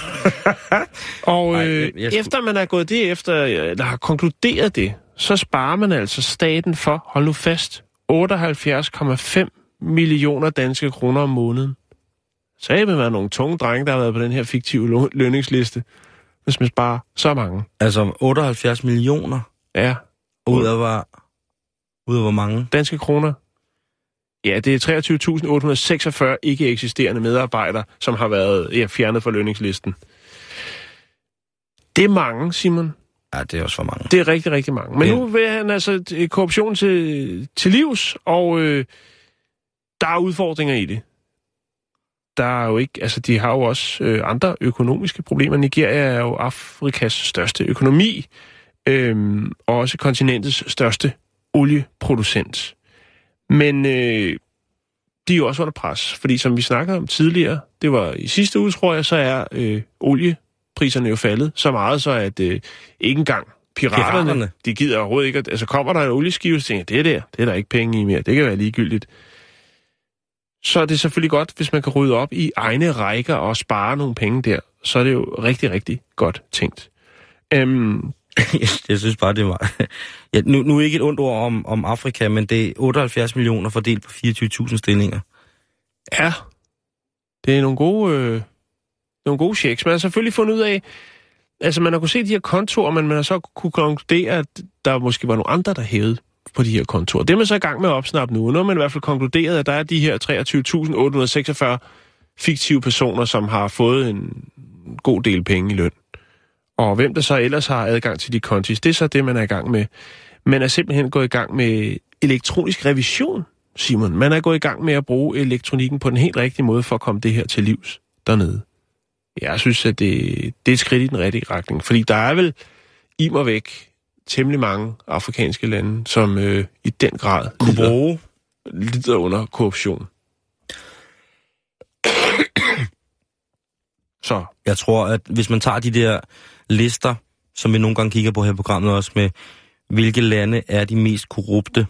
Og efter man er gået det efter, eller har konkluderet det, så sparer man altså staten for, hold nu fast, 78,5 millioner danske kroner om måneden. Så er det nogle tunge drenge, der har været på den her fiktive lønningsliste, hvis man sparer så mange. Altså 78 millioner? Ja. Ud af hvor mange? Danske kroner. Ja, det er 23.846 ikke eksisterende medarbejdere, som har været fjernet fra lønningslisten. Det er mange, Simon. Ja, det er også for mange. Det er rigtig, rigtig mange. Men nu vil han altså korruption til livs, og der er udfordringer i det. Der er jo ikke, altså de har jo også andre økonomiske problemer. Nigeria er jo Afrikas største økonomi, og også kontinentets største olieproducent. Men de er jo også under pres, fordi som vi snakkede om tidligere, det var i sidste uge, tror jeg, så er oliepriserne jo faldet så meget, så at ikke engang piraterne, de gider overhovedet ikke. Altså kommer der en olieskive, så tænker jeg, det er der ikke penge i mere. Det kan være ligegyldigt. Så er det selvfølgelig godt, hvis man kan rydde op i egne rækker og spare nogle penge der. Så er det jo rigtig, rigtig godt tænkt. Jeg synes bare, det var... Ja, nu ikke et ondt ord om Afrika, men det er 78 millioner fordelt på 24.000 stillinger. Ja, det er nogle gode checks. Man har selvfølgelig fundet ud af... Altså, man har kunnet se de her kontorer, men man har så kunne konkludere, at der måske var nogle andre, der hævede på de her kontorer. Det er man så i gang med at opsnappe nu. Nu har man i hvert fald konkluderet, at der er de her 23.846 fiktive personer, som har fået en god del penge i løn. Og hvem der så ellers har adgang til de kontis, det er så det, man er i gang med. Man er simpelthen gået i gang med elektronisk revision, Simon. Man er gået i gang med at bruge elektronikken på den helt rigtige måde for at komme det her til livs dernede. Jeg synes, at det er et skridt i den rigtige retning. Fordi der er vel immer væk temmelig mange afrikanske lande, som i den grad lider under korruption. Så. Jeg tror, at hvis man tager de der lister, som vi nogle gange kigger på her i programmet også, med hvilke lande er de mest korrupte,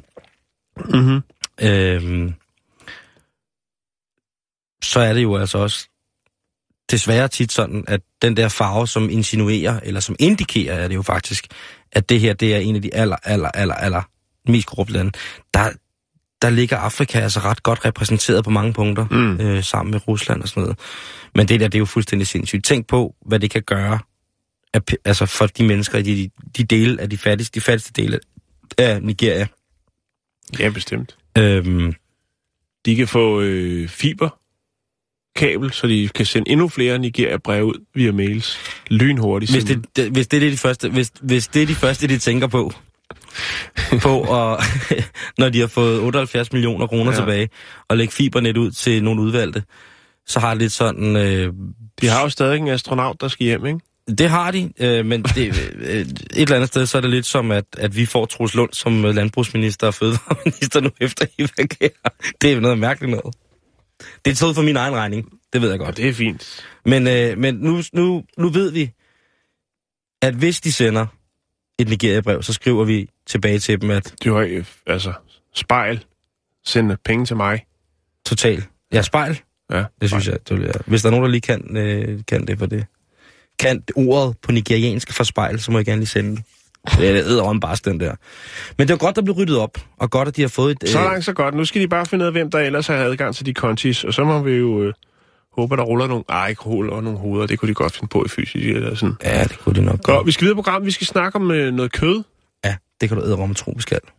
så er det jo altså også desværre tit sådan, at den der farve, som insinuerer, eller som indikerer, er det jo faktisk, at det her, det er en af de aller mest korrupte lande. Der ligger Afrika altså ret godt repræsenteret på mange punkter, sammen med Rusland og sådan noget. Men det der, det er jo fuldstændig sindssygt. Tænk på, hvad det kan gøre altså for de mennesker i de dele af de fattigste dele af Nigeria. Ja, bestemt. De kan få fiberkabel, så de kan sende endnu flere Nigeria-breve ud via mails lynhurtigt. Hvis det er de første, de tænker på, og når de har fået 78 millioner kroner tilbage, og lægge fibernet ud til nogle udvalgte, så har det lidt sådan... de har jo stadig en astronaut, der skal hjem, ikke? Det har de, men det, et eller andet sted, så er det lidt som, at vi får Troels Lund som landbrugsminister og fødevareminister nu efter evakuerer. Det er noget mærkeligt noget. Det er taget for min egen regning, det ved jeg godt. Og det er fint. Men nu ved vi, at hvis de sender et Nigeria-brev, så skriver vi tilbage til dem, at... Du har spejl. Send penge til mig. Total. Ja, spejl. Ja, det synes jeg. Hvis der er nogen, der lige kan det for det. Kan ordet på nigeriansk for spejl, så må jeg gerne lige sende det. Det er edderom bare den der. Men det er godt, der blev ryddet op, og godt, at de har fået et... Så langt, så godt. Nu skal de bare finde ud af, hvem der ellers har adgang til de kontis, og så må vi jo håbe, der ruller nogle hoveder. Det kunne de godt finde på i fysisk eller sådan. Ja, det kunne de nok godt. Vi skal videre på programmet. Vi skal snakke om noget kød. Ja, det kan du edderom tro, vi skal.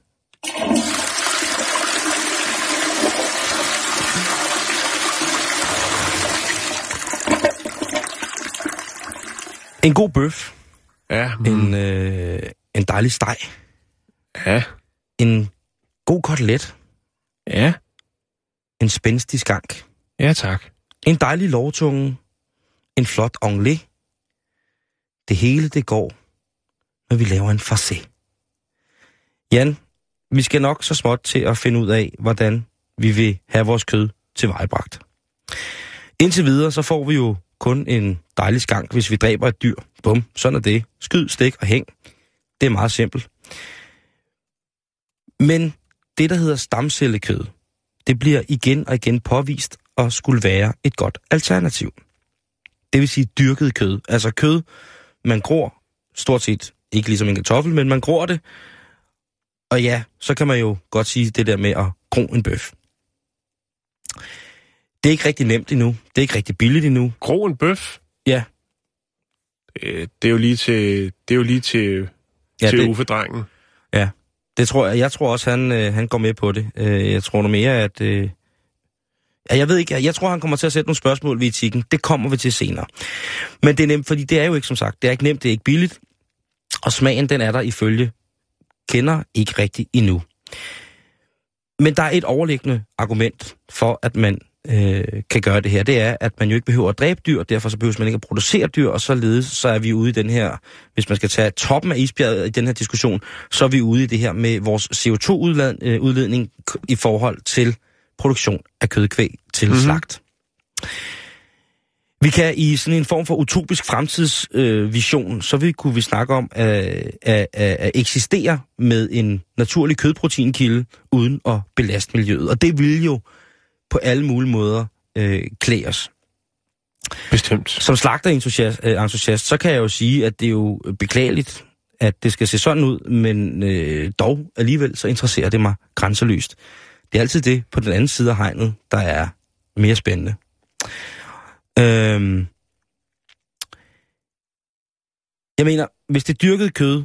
En god bøf. Ja. En dejlig steg. Ja. En god kotelet. Ja. En spændstig skank. Ja, tak. En dejlig lårtunge. En flot onglet. Det hele, det går, når vi laver en farce. Jan, vi skal nok så småt til at finde ud af, hvordan vi vil have vores kød tilvejebragt. Indtil videre, så får vi jo kun en dejlig skank, hvis vi dræber et dyr. Bum, sådan er det. Skyd, stik og hæng. Det er meget simpelt. Men det, der hedder stamcellekød, det bliver igen og igen påvist og skulle være et godt alternativ. Det vil sige dyrket kød. Altså kød, man gror stort set ikke ligesom en kartoffel, men man gror det. Og ja, så kan man jo godt sige det der med at gro en bøf. Det er ikke rigtig nemt endnu. Det er ikke rigtig billigt endnu. Gro en bøf? Ja. Det er jo lige til Uffe-drengen. Ja, det tror jeg. Jeg tror også, han går med på det. Jeg tror nu mere, at... Jeg ved ikke, jeg tror, han kommer til at sætte nogle spørgsmål ved etikken. Det kommer vi til senere. Men det er nemt, fordi det er jo ikke som sagt. Det er ikke nemt, det er ikke billigt. Og smagen, den er der ifølge kender ikke rigtig endnu. Men der er et overliggende argument for, at man kan gøre det her. Det er, at man jo ikke behøver at dræbe dyr, derfor så behøver man ikke at producere dyr, og således så er vi ude i den her, hvis man skal tage toppen af isbjerget i den her diskussion, så er vi ude i det her med vores CO2-udledning i forhold til produktion af kødkvæg til slagt. Vi kan i sådan en form for utopisk fremtidsvision, så kunne vi snakke om at eksistere med en naturlig kødproteinkilde uden at belaste miljøet. Og det vil jo på alle mulige måder klæde os. Bestemt. Som slagterentusiast, så kan jeg jo sige, at det er jo beklageligt, at det skal se sådan ud, men dog alligevel så interesserer det mig grænseløst. Det er altid det på den anden side af hegnet, der er mere spændende. Jeg mener, hvis det dyrkede kød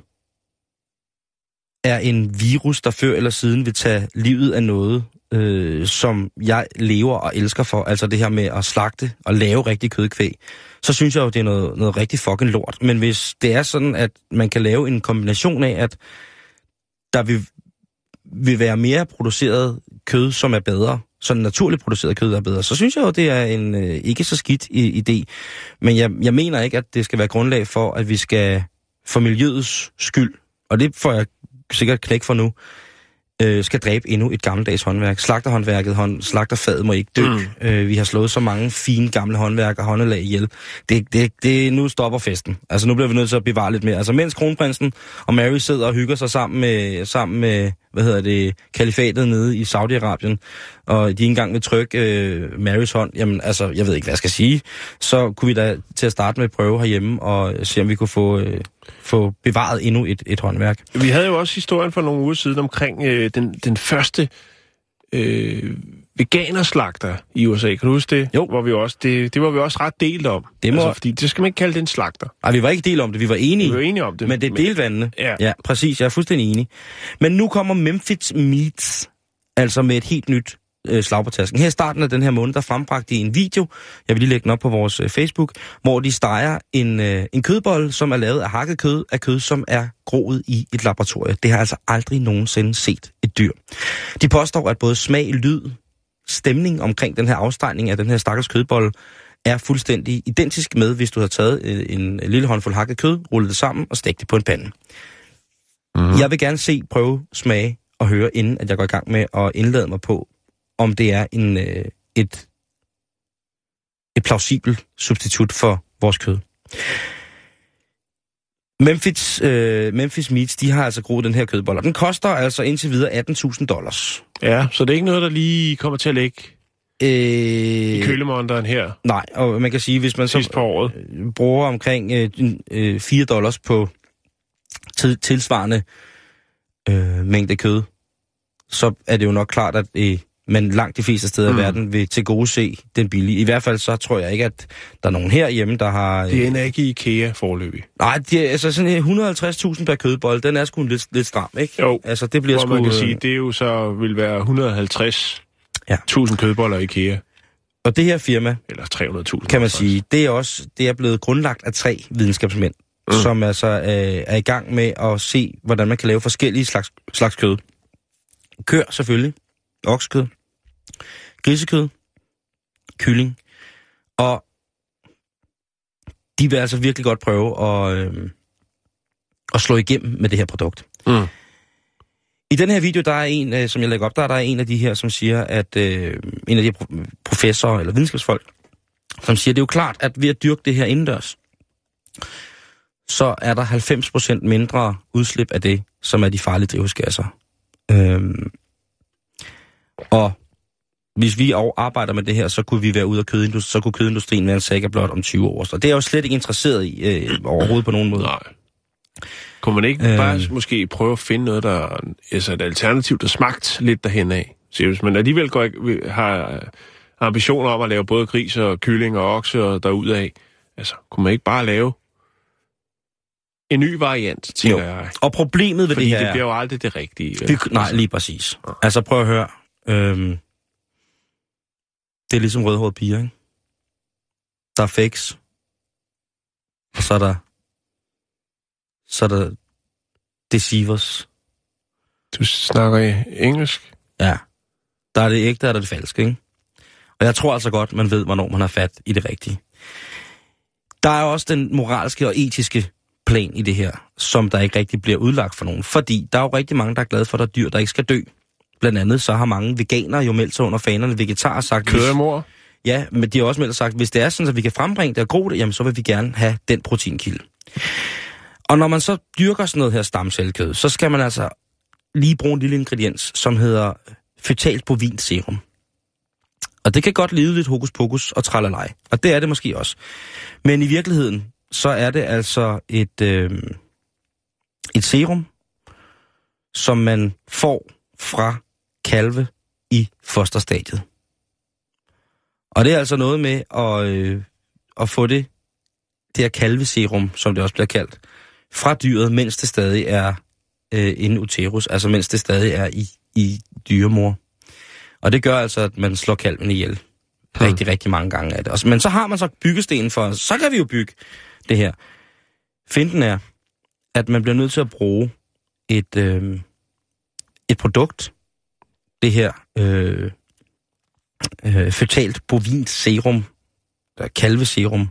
er en virus, der før eller siden vil tage livet af noget, som jeg lever og elsker for, altså det her med at slagte og lave rigtig kødkvæg, så synes jeg jo, det er noget rigtig fucking lort. Men hvis det er sådan, at man kan lave en kombination af, at der vil være mere produceret kød, som er bedre, sådan naturligt produceret kød er bedre, så synes jeg jo, det er en ikke så skidt idé. Men jeg mener ikke, at det skal være grundlag for, at vi skal for miljøets skyld, og det får jeg sikkert knæk for nu, skal dræbe endnu et gammeldags håndværk. Slagterhåndværket, slagterfaget må ikke dø. Vi har slået så mange fine gamle håndværk og håndelag ihjel. Det nu stopper festen. Altså nu bliver vi nødt til at bevare lidt mere. Altså mens kronprinsen og Mary sidder og hygger sig sammen med kalifatet nede i Saudi-Arabien, og de ikke engang vil trykke Marys hånd, jamen altså, jeg ved ikke, hvad jeg skal sige, så kunne vi da til at starte med at prøve herhjemme og se, om vi kunne få bevaret endnu et håndværk. Vi havde jo også historien for nogle uger siden omkring den første veganerslagter i USA. Kan du huske det? Jo. Hvor vi også, det var vi også ret delt om. Fordi det skal man ikke kalde det en slagter. Nej, vi var ikke delt om det. Vi var enige. Vi var enige om det. Men det er delvandene. Ja, præcis. Jeg er fuldstændig enig. Men nu kommer Memphis Meats, altså med et helt nyt slag på tasken. Her i starten af den her måned, der frembragte de en video, jeg vil lige lægge den op på vores Facebook, hvor de steger en kødbolle, som er lavet af hakket kød, af kød, som er groet i et laboratorie. Det har altså aldrig nogensinde set et dyr. De påstår, at både smag, lyd, stemning omkring den her afstegning af den her stakkels kødbolle er fuldstændig identisk med, hvis du har taget en lille håndfuld hakket kød, rullet det sammen og stegt det på en pande. Jeg vil gerne prøve, smage og høre, inden at jeg går i gang med at indlade mig på, om det er et plausibelt substitut for vores kød. Memphis Meats, de har altså groet den her kødbolle. Den koster altså indtil videre $18,000. Ja, så det er ikke noget, der lige kommer til at ligge i kølemonteren her. Nej, og man kan sige, hvis man så på året bruger omkring $4 på tilsvarende mængde kød, så er det jo nok klart, at man langt de fleste steder i verden vil tilgodese den billige. I hvert fald så tror jeg ikke, at der er nogen herhjemme, der har... Det ender ikke i IKEA foreløbig. Nej, altså sådan 150.000 per kødbolle, den er sgu lidt stram, ikke? Jo, altså, det bliver man kan sige, det jo så vil være 150.000 kødboller i IKEA. Og det her firma, eller 300.000, kan man sige, det er blevet grundlagt af 3 videnskabsmænd, som altså er i gang med at se, hvordan man kan lave forskellige slags kød. Køer selvfølgelig, oksekød, grisekød, kylling, og de vil altså virkelig godt prøve at slå igennem med det her produkt. I den her video, der er en, som jeg lægger op, der er en af de her, som siger, at en af de professorer eller videnskabsfolk, som siger, det er jo klart, at ved at dyrke det her indendørs, så er der 90% mindre udslip af det, som er de farlige drivhusgasser. Og hvis vi arbejder med det her, så kunne vi være ude af kødindustrien, så kunne kødindustrien være en saga blot om 20 år. Så det er jeg jo slet ikke interesseret i overhovedet på nogen måde. Nej. Kunne man ikke bare måske prøve at finde noget, der er altså et alternativ, der smagt lidt derhen af? Så hvis man alligevel har ambitioner om at lave både gris og kylling og okse og derudaf, altså kunne man ikke bare lave en ny variant, tænker jeg. Og problemet ved fordi det her det bliver jo aldrig det rigtige. Nej, lige præcis. Altså prøv at høre. Det er ligesom rødhårede piger, ikke? Der er fakes. Og så er der deceivers. Du snakker i engelsk? Ja. Der er det ægte, og der er det falske, ikke? Og jeg tror altså godt, man ved, hvornår man har fat i det rigtige. Der er også den moralske og etiske plan i det her, som der ikke rigtig bliver udlagt for nogen. Fordi der er jo rigtig mange, der er glade for, at der er dyr, der ikke skal dø. Blandt andet så har mange veganere jo meldt sig under fanerne. Vegetarer sagt... Kød af mor? Ja, men de har også meldt sagt, hvis det er sådan, at vi kan frembringe det og gro det, jamen så vil vi gerne have den proteinkilde. Og når man så dyrker sådan noget her stamcellekød, så skal man altså lige bruge en lille ingrediens, som hedder føtalt bovint serum. Og det kan godt lyde lidt hokus pokus og tralalej, og det er det måske også. Men i virkeligheden, så er det altså et serum, som man får fra kalve i fosterstadiet. Og det er altså noget med at få det her kalveserum, som det også bliver kaldt, fra dyret, mens det stadig er inde uterus, altså mens det stadig er i dyremor. Og det gør altså, at man slår kalven ihjel rigtig, rigtig mange gange af det. Men så har man så byggestenen for, så kan vi jo bygge det her. Finten er, at man bliver nødt til at bruge et produkt, det her føtalt bovint serum, eller kalveserum.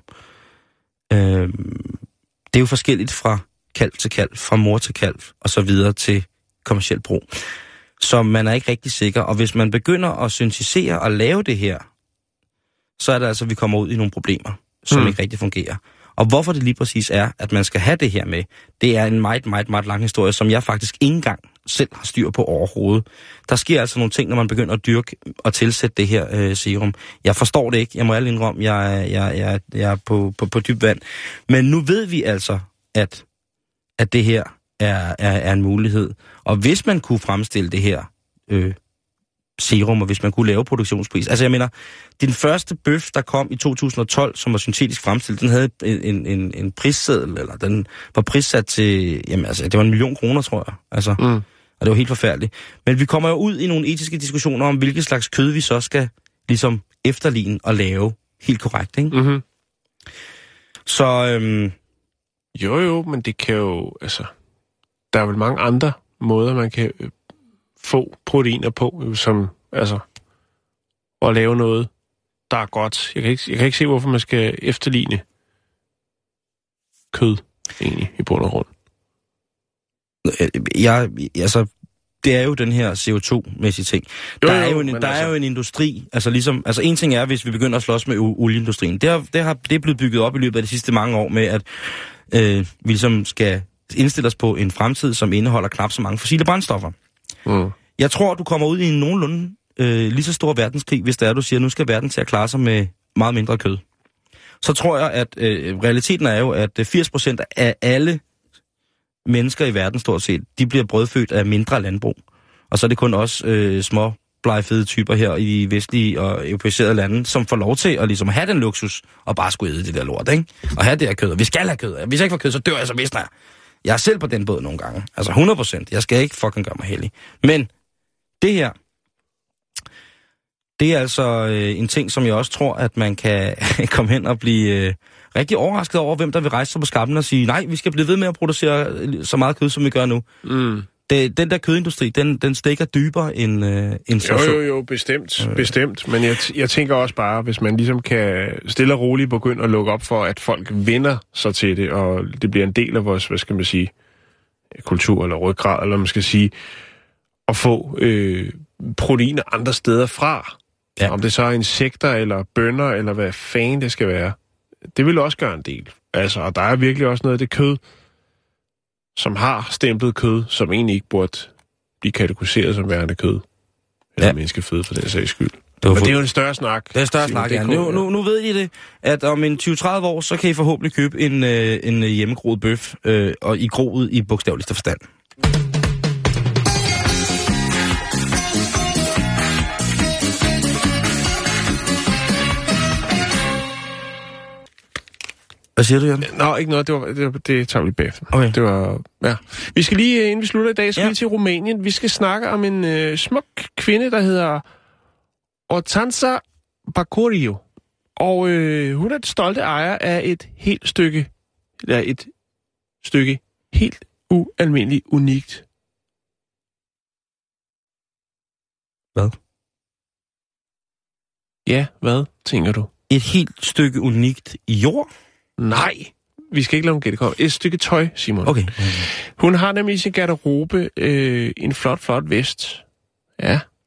Det er jo forskelligt fra kalv til kalv, fra mor til kalv, og så videre til kommerciel brug. Så man er ikke rigtig sikker, og hvis man begynder at syntetisere og lave det her, så er det altså, at vi kommer ud i nogle problemer, som ikke rigtig fungerer. Og hvorfor det lige præcis er, at man skal have det her med, det er en meget, meget, meget lang historie, som jeg faktisk ikke engang selv har styr på overhovedet. Der sker altså nogle ting, når man begynder at dyrke og tilsætte det her serum. Jeg forstår det ikke. Jeg må ærligt indrømme, jeg er på dyb vand. Men nu ved vi altså, at det her er en mulighed. Og hvis man kunne fremstille det her serum, og hvis man kunne lave produktionspris. Altså jeg mener, den første bøf, der kom i 2012, som var syntetisk fremstillet, den havde en prisseddel, eller den var prissat til, jamen altså, det var 1 million kroner, tror jeg. Altså, og det var helt forfærdeligt. Men vi kommer jo ud i nogle etiske diskussioner om, hvilket slags kød vi så skal ligesom efterligne og lave helt korrekt, ikke? Mm-hmm. Så... Jo, men det kan jo, altså... Der er vel mange andre måder, man kan få proteiner på, som, altså, at lave noget, der er godt. Jeg kan ikke se, hvorfor man skal efterligne kød, egentlig, i bund og grund. Altså, det er jo den her CO2-mæssige ting. Der er jo en industri, altså ligesom, altså en ting er, hvis vi begynder at slås med olieindustrien. Det er blevet bygget op i løbet af de sidste mange år med, at vi ligesom skal indstille os på en fremtid, som indeholder knap så mange fossile brændstoffer. Jeg tror, du kommer ud i en nogenlunde lige så stor verdenskrig, hvis det er, du siger, at nu skal verden til at klare sig med meget mindre kød. Så tror jeg, at realiteten er jo, at 80% af alle mennesker i verden, stort set, de bliver brødfødt af mindre landbrug. Og så er det kun også små blegfede typer her i vestlige og europæiserede lande, som får lov til at ligesom have den luksus og bare skulle æde det der lort, ikke? Og have det her kød. Og vi skal have kød. Hvis jeg ikke får kød, så dør jeg så visner jeg. Jeg er selv på den båd nogle gange. Altså 100%. Jeg skal ikke fucking gøre mig heldig. Men det her, det er altså en ting, som jeg også tror, at man kan komme hen og blive rigtig overrasket over, hvem der vil rejse sig på skamlen og sige, nej, vi skal blive ved med at producere så meget kød, som vi gør nu. Den der kødindustri, den stikker dybere end så. Jo, bestemt. Men jeg tænker også bare, hvis man ligesom kan stille og roligt begynde at lukke op for, at folk vender sig til det, og det bliver en del af vores, hvad skal man sige, kultur eller ryggrad, eller man skal sige, at få proteiner andre steder fra. Ja. Om det så er insekter, eller bønner, eller hvad fanden det skal være. Det vil også gøre en del. Altså, og der er virkelig også noget af det kød, som har stemplet kød, som egentlig ikke burde blive kategoriseret som værende kød. Eller menneskeføde, for den sags skyld. Men det er jo en større snak. Det er en større snak, ja. Nu ved I det, at om en 20-30 år, så kan I forhåbentlig købe en hjemmegroet bøf, og i groet i bogstaveligste forstand. Hvad siger du, Jan? Nå, ikke noget. Det tager vi bagefter. Okay. Det var, ja. Vi skal lige, inden vi slutter i dag, skal vi til Rumænien. Vi skal snakke om en smuk kvinde, der hedder Hortensia Bacorio. Og hun er den stolte ejer af et stykke helt ualmindeligt unikt. Hvad? Ja, hvad tænker du? Et helt stykke unikt jord? Nej, vi skal ikke lade dem gætte. Et stykke tøj, Simon. Okay. Hun har nemlig i sin garderobe en flot vest. Ja,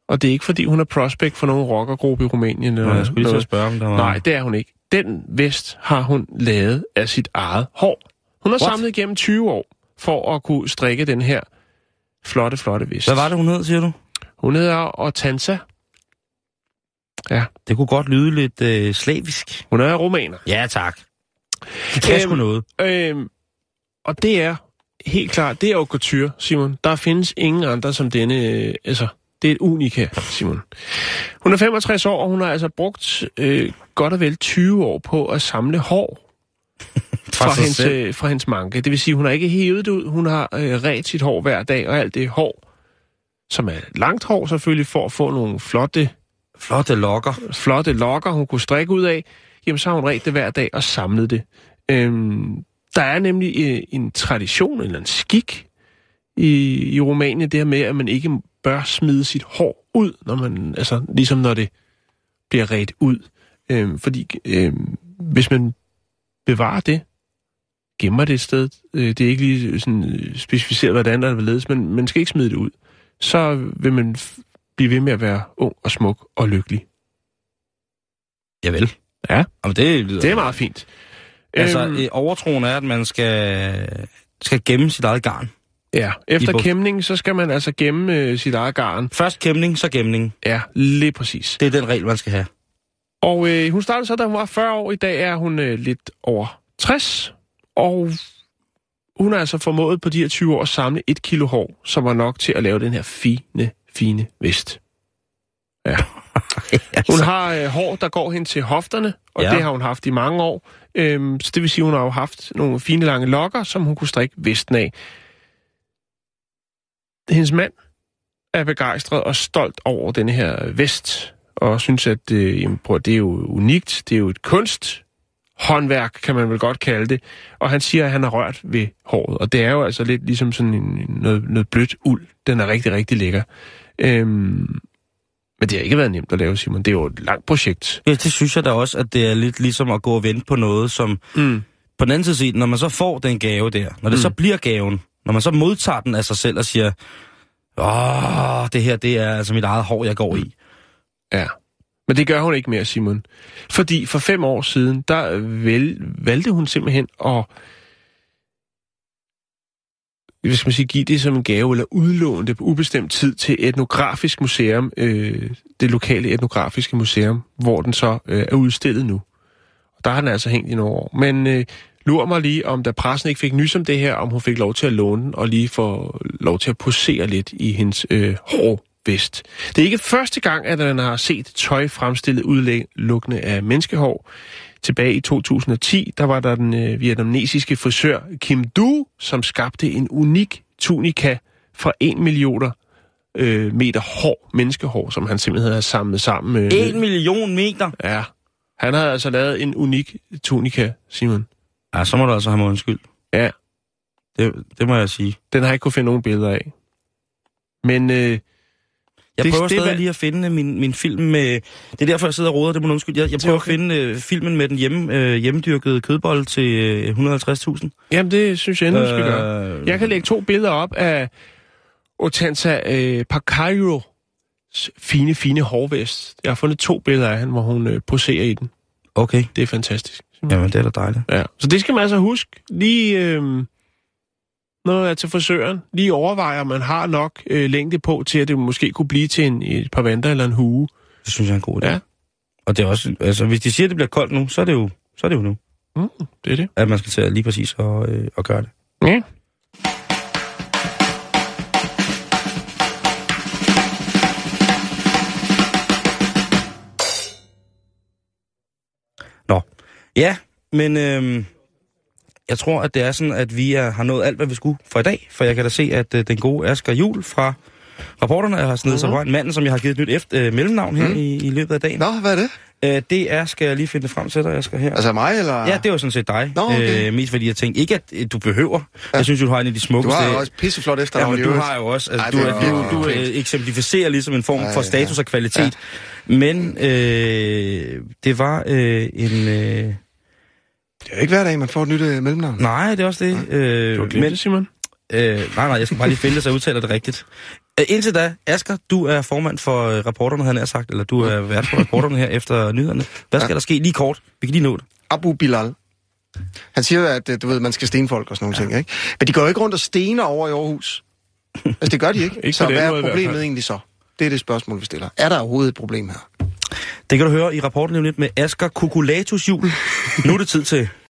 Og det er ikke, fordi hun er prospect for nogen rockergruppe i Rumænien. Eller jeg skulle lige så spørge, om der var... Nej, det er hun ikke. Den vest har hun lavet af sit eget hår. Hun har samlet igennem 20 år for at kunne strikke den her flotte vest. Hvad var det, hun hed, siger du? Hun hedder Ortanza. Ja. Det kunne godt lyde lidt slavisk. Hun er rumæner. Ja, tak. Det kan sgu noget. Og det er helt klart, det er jo couture, Simon. Der findes ingen andre som denne, det er et unika, Simon. Hun er 65 år, og hun har altså brugt godt og vel 20 år på at samle hår fra hendes manke. Det vil sige, hun har ikke hævet det ud, hun har ret sit hår hver dag, og alt det hår, som er langt hår selvfølgelig, for at få nogle flotte lokker, hun kunne strikke ud af, jamen så har hun ret det hver dag og samlet det. Der er nemlig en tradition, eller en skik i Rumænien, det her med, at man ikke bør smide sit hår ud, når man, ligesom når det bliver redt ud. Fordi hvis man bevarer det, gemmer det et sted, det er ikke lige sådan specificeret, hvordan der er ledes, men man skal ikke smide det ud. Så vil man blive ved med at være ung og smuk og lykkelig. Javel. Ja. Jamen, det er meget fint. Overtroen er, at man skal gemme sit eget garn. Ja, efter kæmning, så skal man altså gemme sit eget garn. Først kæmning, så gemning. Ja, lige præcis. Det er den regel, man skal have. Og hun startede så, da hun var 40 år. I dag er hun lidt over 60. Og hun har altså formået på de her 20 år at samle 1 kilo hår, som var nok til at lave den her fine vest. Ja. Hun har hår, der går hen til hofterne, og det har hun haft i mange år. Så det vil sige, at hun har jo haft nogle fine lange lokker, som hun kunne strikke vesten af. Hendes mand er begejstret og stolt over denne her vest, og synes, at det er jo unikt, det er jo et kunsthåndværk, kan man vel godt kalde det. Og han siger, at han har rørt ved håret, og det er jo altså lidt ligesom sådan noget blødt uld. Den er rigtig, rigtig lækker. Men det har ikke været nemt at lave, Simon. Det er jo et langt projekt. Ja, det synes jeg da også, at det er lidt ligesom at gå og vente på noget, som... På den anden side set, når man så får den gave der, når det så bliver gaven, når man så modtager den af sig selv og siger, det her, det er altså mit eget hår, jeg går i. Ja. Men det gør hun ikke mere, Simon. Fordi for 5 år siden, der valgte hun simpelthen at give det som en gave, eller udlåne det på ubestemt tid til Etnografisk Museum, det lokale etnografiske museum, hvor den så er udstillet nu. Og der har den altså hængt i nogle år. Men lurer mig lige, om da pressen ikke fik nys om det her, om hun fik lov til at låne den, og lige få lov til at posere lidt i hendes hårvest. Det er ikke første gang, at man har set tøj fremstillet udelukkende af menneskehår. Tilbage i 2010, der var der den vietnamesiske frisør Kim Du, som skabte en unik tunika fra 1 million meter menneskehår, som han simpelthen havde samlet sammen. 1 million meter? Ja. Han havde altså lavet en unik tunika, Simon. Ja, så må du altså have mig undskyld. Ja. Det må jeg sige. Den har jeg ikke kunne finde nogen billeder af. Men jeg prøver stadig lige at finde min film med... Det er derfor, jeg sidder og roder, det må du undskylde. Jeg prøver at finde filmen med den hjemmedyrkede kødbolle til 150.000. Jamen, det synes jeg endnu, du skal gøre. Jeg kan lægge 2 billeder op af Ortanza Pacairos fine hårvest. Jeg har fundet 2 billeder af hende, hvor hun poserer i den. Okay. Det er fantastisk. Jamen, det er da dejligt. Ja. Så det skal man altså huske. Lige... når jeg er til frisøren, lige overvejer, om man har nok længde på, til at det måske kunne blive til et par vanter eller en hue. Det synes jeg er en god idé. Ja. Og det er også, altså hvis de siger, at det bliver koldt nu, så er det jo nu. Det er det. At man skal til lige præcis og gøre det. Ja. Nå. Ja, men... Jeg tror, at det er sådan, at vi har nået alt, hvad vi skulle for i dag. For jeg kan da se, at den gode Asger Juhl fra Rapporterne har snedet sig på en mand, som jeg har givet et nyt mellemnavn her i løbet af dagen. Nå, hvad er det? Det er, skal jeg lige finde det frem til dig, Asger, her. Altså mig, eller? Ja, det var sådan set dig. Nå, okay. Mest fordi jeg tænkte, ikke at du behøver. Ja. Jeg synes, du har en af de smukkeste... Du har jo også pisseflot efter. Ja, men du har jo også... Altså, du eksemplificerer ligesom en form for status og kvalitet. Ja. Men det var en... Det er jo ikke hver dag, man får et nyt mellemnavn. Nej, det er også det. Du har glemt det, Simon? Nej, jeg skal bare lige finde det, så jeg udtaler det rigtigt. Indtil da, Asger, du er formand for reporterne, havde jeg sagt, eller du er vært for reporterne her efter nyhederne. Hvad skal der ske lige kort? Vi kan lige nå det. Abu Bilal. Han siger, at du ved, man skal stene folk og sådan nogle ting, ikke? Men de går jo ikke rundt og stener over i Aarhus. Altså, det gør de ikke. Så hvad er problemet egentlig så? Det er det spørgsmål, vi stiller. Er der overhovedet et problem her? Det kan du høre i rapporten lidt med Asger Kukulatus jul. Nu er det tid til